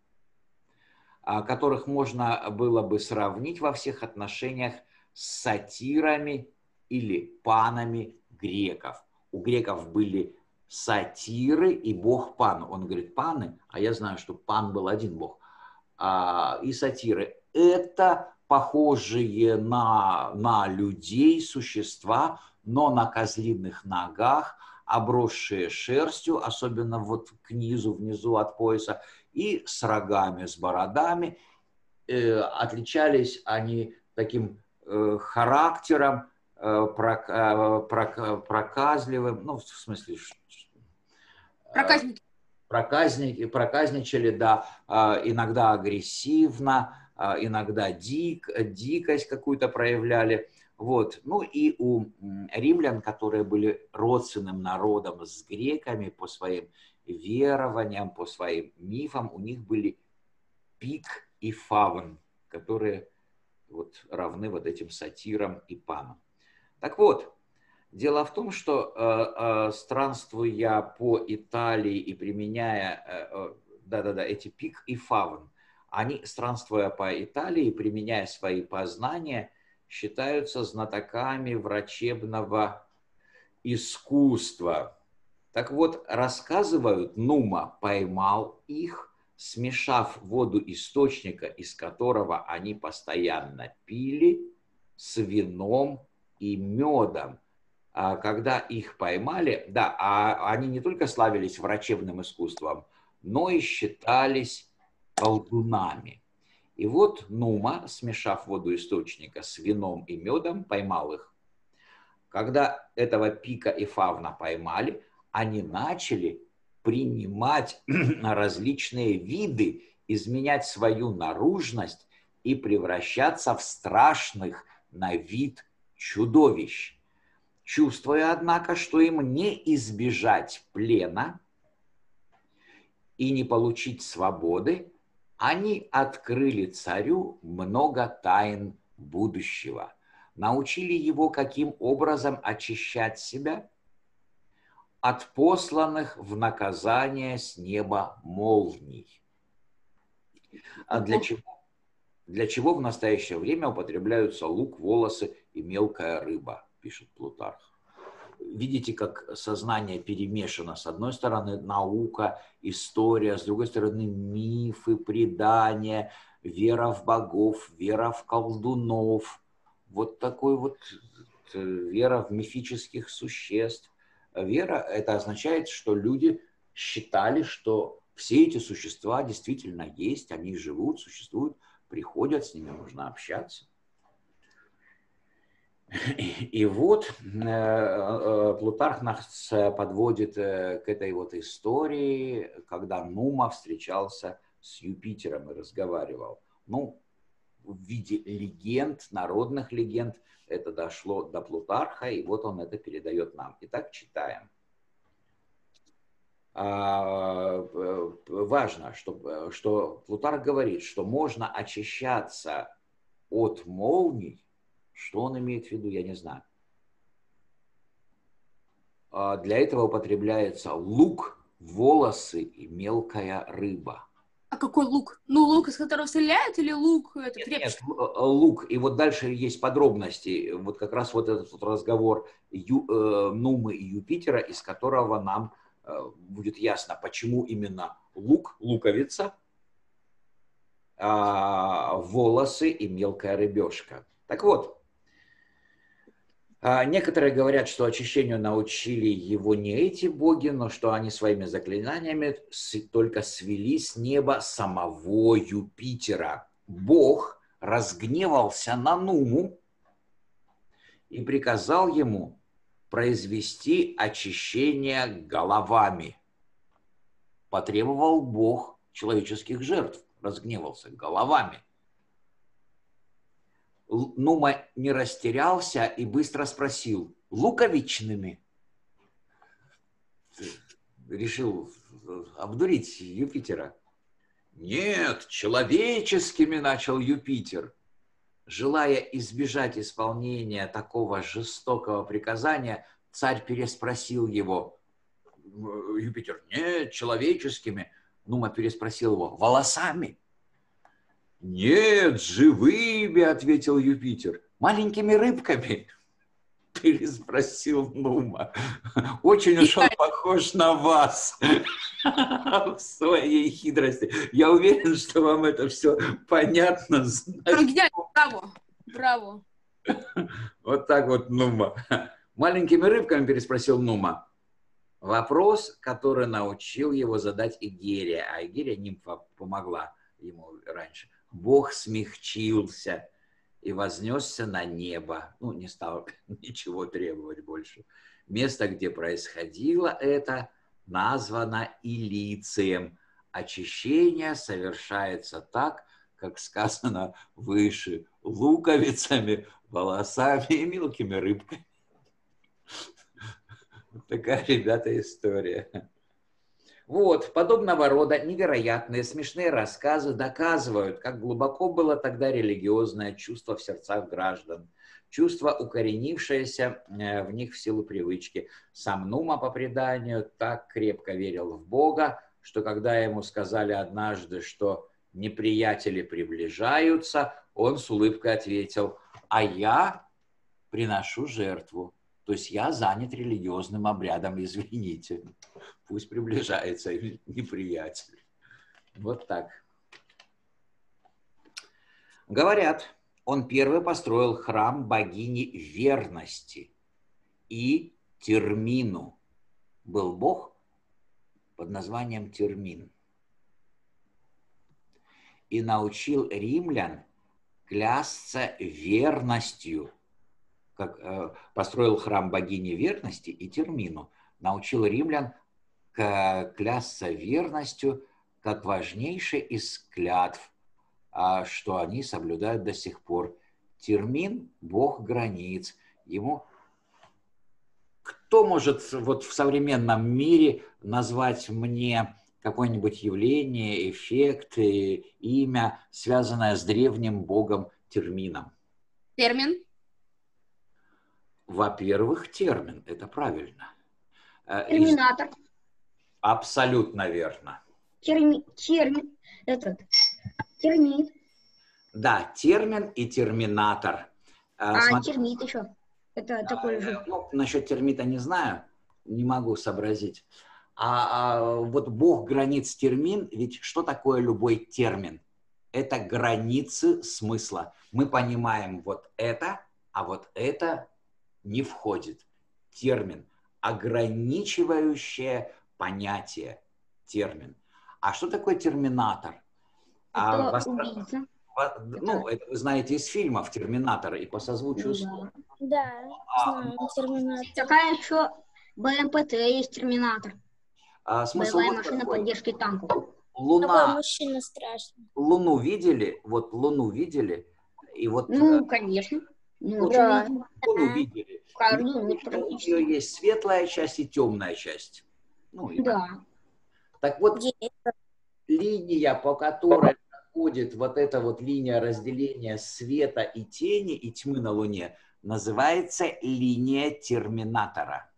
которых можно было бы сравнить во всех отношениях с сатирами или панами греков. У греков были сатиры и бог Пан. Он говорит паны, а я знаю, что Пан был один бог. И сатиры – это похожие на людей существа, но на козлиных ногах, обросшие шерстью, особенно вот к низу, внизу от пояса, и с рогами, с бородами. Отличались они таким характером, проказливым, ну, в смысле, проказничали, да, иногда агрессивно, иногда дикость какую-то проявляли. Вот. Ну и у римлян, которые были родственным народом с греками по своим верованиям, по своим мифам, у них были Пик и Фавн, которые вот равны вот этим сатирам и панам. Так вот, дело в том, что странствуя по Италии и применяя эти Пик и Фавн, Они, странствуя по Италии, применяя свои познания, считаются знатоками врачебного искусства. Так вот, рассказывают, Нума поймал их, смешав воду источника, из которого они постоянно пили, с вином и медом. А когда их поймали, да, они не только славились врачебным искусством, но и считались колдунами. И вот Нума, смешав воду источника с вином и медом, поймал их. Когда этого Пика и Фавна поймали, они начали принимать различные виды, изменять свою наружность и превращаться в страшных на вид чудовищ. Чувствуя, однако, что им не избежать плена и не получить свободы, они открыли царю много тайн будущего, научили его, каким образом очищать себя от посланных в наказание с неба молний. А для чего в настоящее время употребляются лук, волосы и мелкая рыба, пишет Плутарх. Видите, как сознание перемешано. С одной стороны наука, история, с другой стороны мифы, предания, вера в богов, вера в колдунов. Вот такой вот вера в мифических существ. Вера – это означает, что люди считали, что все эти существа действительно есть, они живут, существуют, приходят, с ними можно общаться. И вот Плутарх нас подводит к этой вот истории, когда Нума встречался с Юпитером и разговаривал. Ну, в виде легенд, народных легенд, это дошло до Плутарха, и вот он это передает нам. Итак, читаем. Важно, что Плутарх говорит, что можно очищаться от молний. Что он имеет в виду, я не знаю. Для этого употребляется лук, волосы и мелкая рыба. А какой лук? Ну, лук, из которого стреляют, или лук это крепкий? Нет, лук. И вот дальше есть подробности. Вот как раз вот этот вот разговор Нумы и Юпитера, из которого нам будет ясно, почему именно лук, луковица, волосы и мелкая рыбешка. Так вот, некоторые говорят, что очищению научили его не эти боги, но что они своими заклинаниями только свели с неба самого Юпитера. Бог разгневался на Нуму и приказал ему произвести очищение головами. Потребовал Бог человеческих жертв, разгневался головами. Нума не растерялся и быстро спросил: луковичными? Решил обдурить Юпитера. Нет, человеческими, начал Юпитер. Желая избежать исполнения такого жестокого приказания, царь переспросил его. Юпитер: нет, человеческими. Нума переспросил его: волосами? Нет, живыми, ответил Юпитер. Маленькими рыбками? Переспросил Нума. Очень уж он похож на вас в своей хитрости. Я уверен, что вам это все понятно. Браво, браво. Вот так вот Нума. Маленькими рыбками, переспросил Нума. Вопрос, который научил его задать Эгерия, а Эгерия нимфа помогла ему раньше. Бог смягчился и вознесся на небо. Ну, не стал ничего требовать больше. Место, где происходило это, названо Илицием. Очищение совершается так, как сказано выше, луковицами, волосами и мелкими рыбками. Такая, ребята, история. Вот, подобного рода невероятные, смешные рассказы доказывают, как глубоко было тогда религиозное чувство в сердцах граждан. Чувство, укоренившееся в них в силу привычки. Сам Нума, по преданию, так крепко верил в Бога, что когда ему сказали однажды, что Неприятели приближаются, он с улыбкой ответил: а я приношу жертву. То есть я занят религиозным обрядом, извините. Пусть приближается неприятель. Вот так. Говорят, он первый построил храм богини верности и Термину. Был бог под названием Термин. И научил римлян клясться верностью. Построил храм богини верности и Термину. Научил римлян клясться верностью как важнейшей из клятв, что они соблюдают до сих пор. Термин – бог границ. Ему... Кто может вот в современном мире назвать мне какое-нибудь явление, эффект, имя, связанное с древним богом Термином? Термин. Во-первых, термин. Это правильно. Терминатор. Абсолютно верно. Термит. Да, термин и терминатор. Смотри, термит еще. Это такой же. Ну, насчет термита не знаю, не могу сообразить. Вот бог границ термин, ведь что такое любой термин? Это границы смысла. Мы понимаем вот это, а вот это не входит. Термин. Ограничивающее понятие. Термин. А что такое терминатор? Убийца. Ну, это вы знаете из фильмов «Терминатор» и по созвучию слов. Да, знаю, терминатор. Такая еще БМПТ есть терминатор. Смысл Боевая вот машина какой. поддержки танков. Такой Луна. мужчина страшный. Луну видели? Вот Луну видели? И вот Ну, конечно. Ну, Да. очень Луну видели. каждую У ночь практически. нее есть светлая часть и темная часть. Ну, и Да. так вот, Есть. линия, по которой проходит вот эта вот линия разделения света и тени, и тьмы на Луне, называется линия терминатора.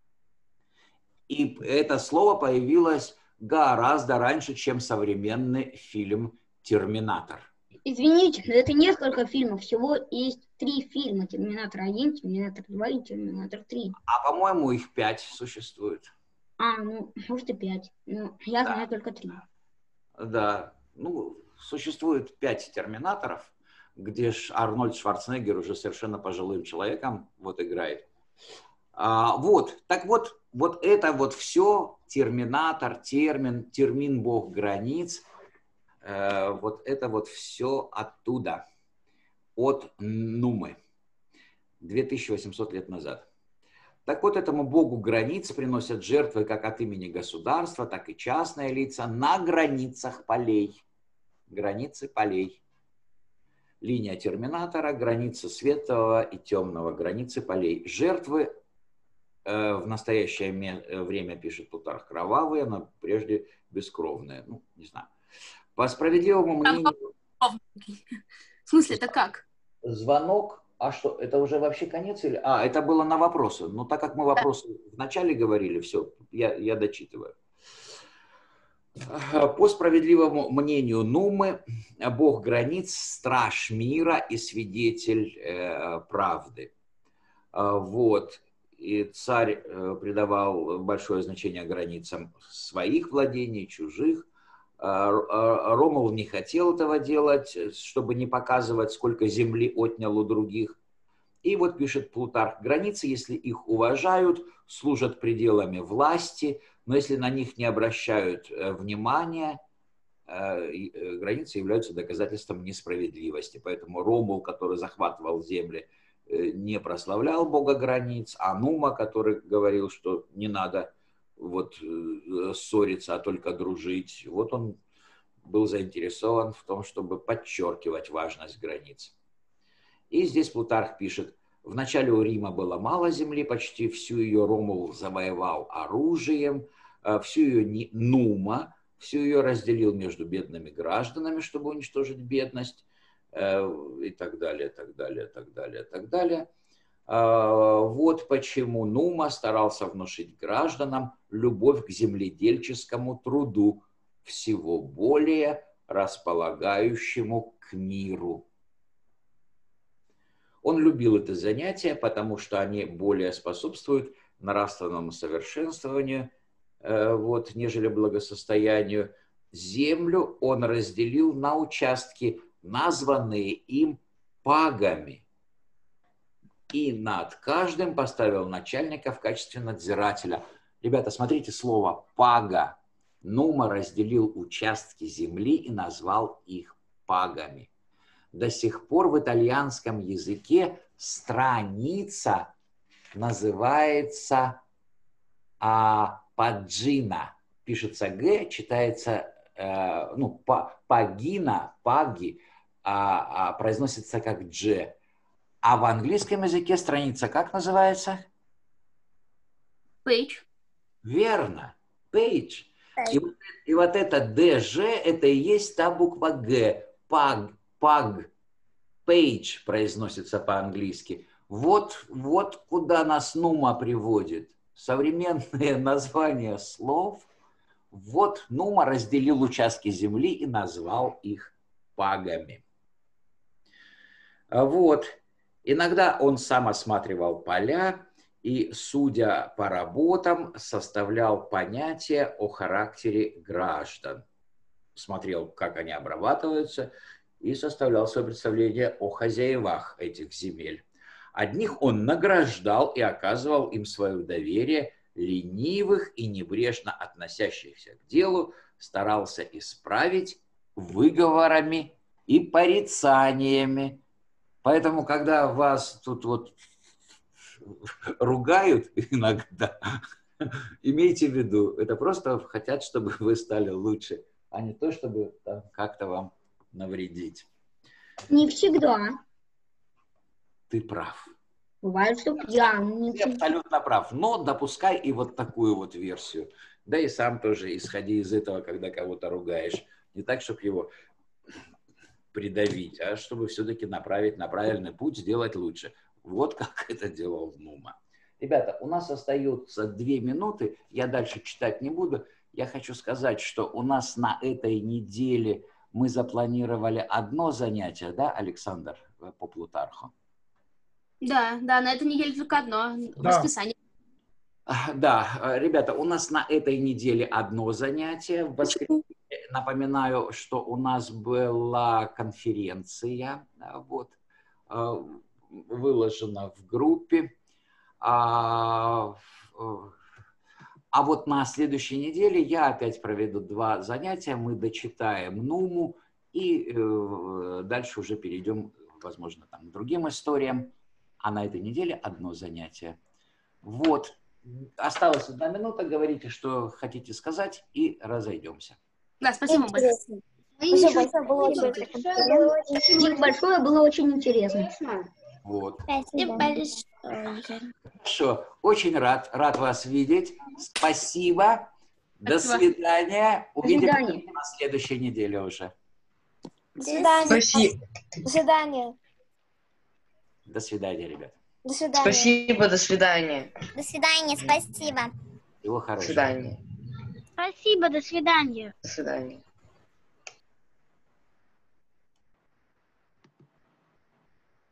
И это слово появилось гораздо раньше, чем современный фильм «Терминатор». Извините, но это несколько фильмов. Всего есть 3 фильма. Терминатор 1, Терминатор 2 и Терминатор 3. А, по-моему, их 5 существует. Ну, может и 5. Но я Да. знаю только 3. Да, ну, существует 5 терминаторов, где Арнольд Шварценеггер уже совершенно пожилым человеком вот играет. Так вот это вот все, терминатор, термин бог границ, вот это вот все оттуда, от Нумы, 2800 лет назад. Так вот, этому богу границ приносят жертвы как от имени государства, так и частные лица на границах полей. Границы полей. Линия терминатора, границы светлого и темного, границы полей. Жертвы в настоящее время, пишет Плутарх, кровавые, но прежде бескровные. Ну, не знаю. По справедливому мнению... В смысле, это как? Звонок. А что, это уже вообще конец? Или... это было на вопросы. Но так как мы вопросы вначале говорили, все, я дочитываю. По справедливому мнению Нумы, бог границ, страж мира и свидетель правды. Вот. И царь придавал большое значение границам своих владений, чужих. Ромул не хотел этого делать, чтобы не показывать, сколько земли отнял у других. И вот пишет Плутарх: границы, если их уважают, служат пределами власти, но если на них не обращают внимания, границы являются доказательством несправедливости. Поэтому Ромул, который захватывал земли, не прославлял бога границ, а Нума, который говорил, что не надо вот ссориться, а только дружить. Вот он был заинтересован в том, чтобы подчеркивать важность границ. И здесь Плутарх пишет: вначале у Рима было мало земли, почти всю ее Ромул завоевал оружием, всю ее Нума, всю ее разделил между бедными гражданами, чтобы уничтожить бедность, и так далее, так далее, так далее, так далее. Вот почему Нума старался внушить гражданам любовь к земледельческому труду всего более, располагающему к миру. Он любил это занятие, потому что они более способствуют нравственному совершенствованию, нежели благосостоянию. Землю он разделил на участки, названные им пагами, и над каждым поставил начальника в качестве надзирателя. Ребята, смотрите слово «пага». Нума разделил участки земли и назвал их пагами. До сих пор в итальянском языке страница называется паджина. Пишется «г», читается пагина, паги, произносится как «дж». А в английском языке страница как называется? Page. Верно, page. И вот это «дж» это и есть та буква «г». Паг, page произносится по-английски. Вот куда нас Нума приводит. Современные названия слов. Вот Нума разделил участки земли и назвал их пагами. Иногда он сам осматривал поля и, судя по работам, составлял понятие о характере граждан. Смотрел, как они обрабатываются, и составлял свое представление о хозяевах этих земель. Одних он награждал и оказывал им свое доверие, ленивых и небрежно относящихся к делу старался исправить выговорами и порицаниями. Поэтому, когда вас тут ругают иногда, имейте в виду, это просто хотят, чтобы вы стали лучше, а не то, чтобы как-то вам навредить. Не всегда. Ты прав. Бывает, что пьяный. Ты абсолютно прав. Но допускай и вот такую вот версию. Да и сам тоже исходи из этого, когда кого-то ругаешь. Не так, чтобы его придавить, а чтобы все-таки направить на правильный путь, сделать лучше. Вот как это делал Нума. Ребята, у нас остается 2 минуты. Я дальше читать не буду. Я хочу сказать, что у нас на этой неделе мы запланировали одно занятие, да, Александр, по Плутарху? Да, на этой неделе только одно. Воскресенье. Да, ребята, у нас на этой неделе одно занятие. В воскресенье, напоминаю, что у нас была конференция, выложена в группе. А вот на следующей неделе я опять проведу 2 занятия. Мы дочитаем Нуму и дальше уже перейдем, возможно, к другим историям. А на этой неделе одно занятие. Осталась 1 минута. Говорите, что хотите сказать, и разойдемся. Да, спасибо большое. Спасибо большое, было очень интересно. Спасибо большое. Хорошо, очень рад вас видеть. Спасибо. До свидания. Увидимся на следующей неделе уже. До свидания. Спасибо. До свидания. До свидания, ребят. До свидания. Спасибо, до свидания. До свидания, спасибо. Всего До хорошего. свидания. Спасибо, до свидания. До свидания.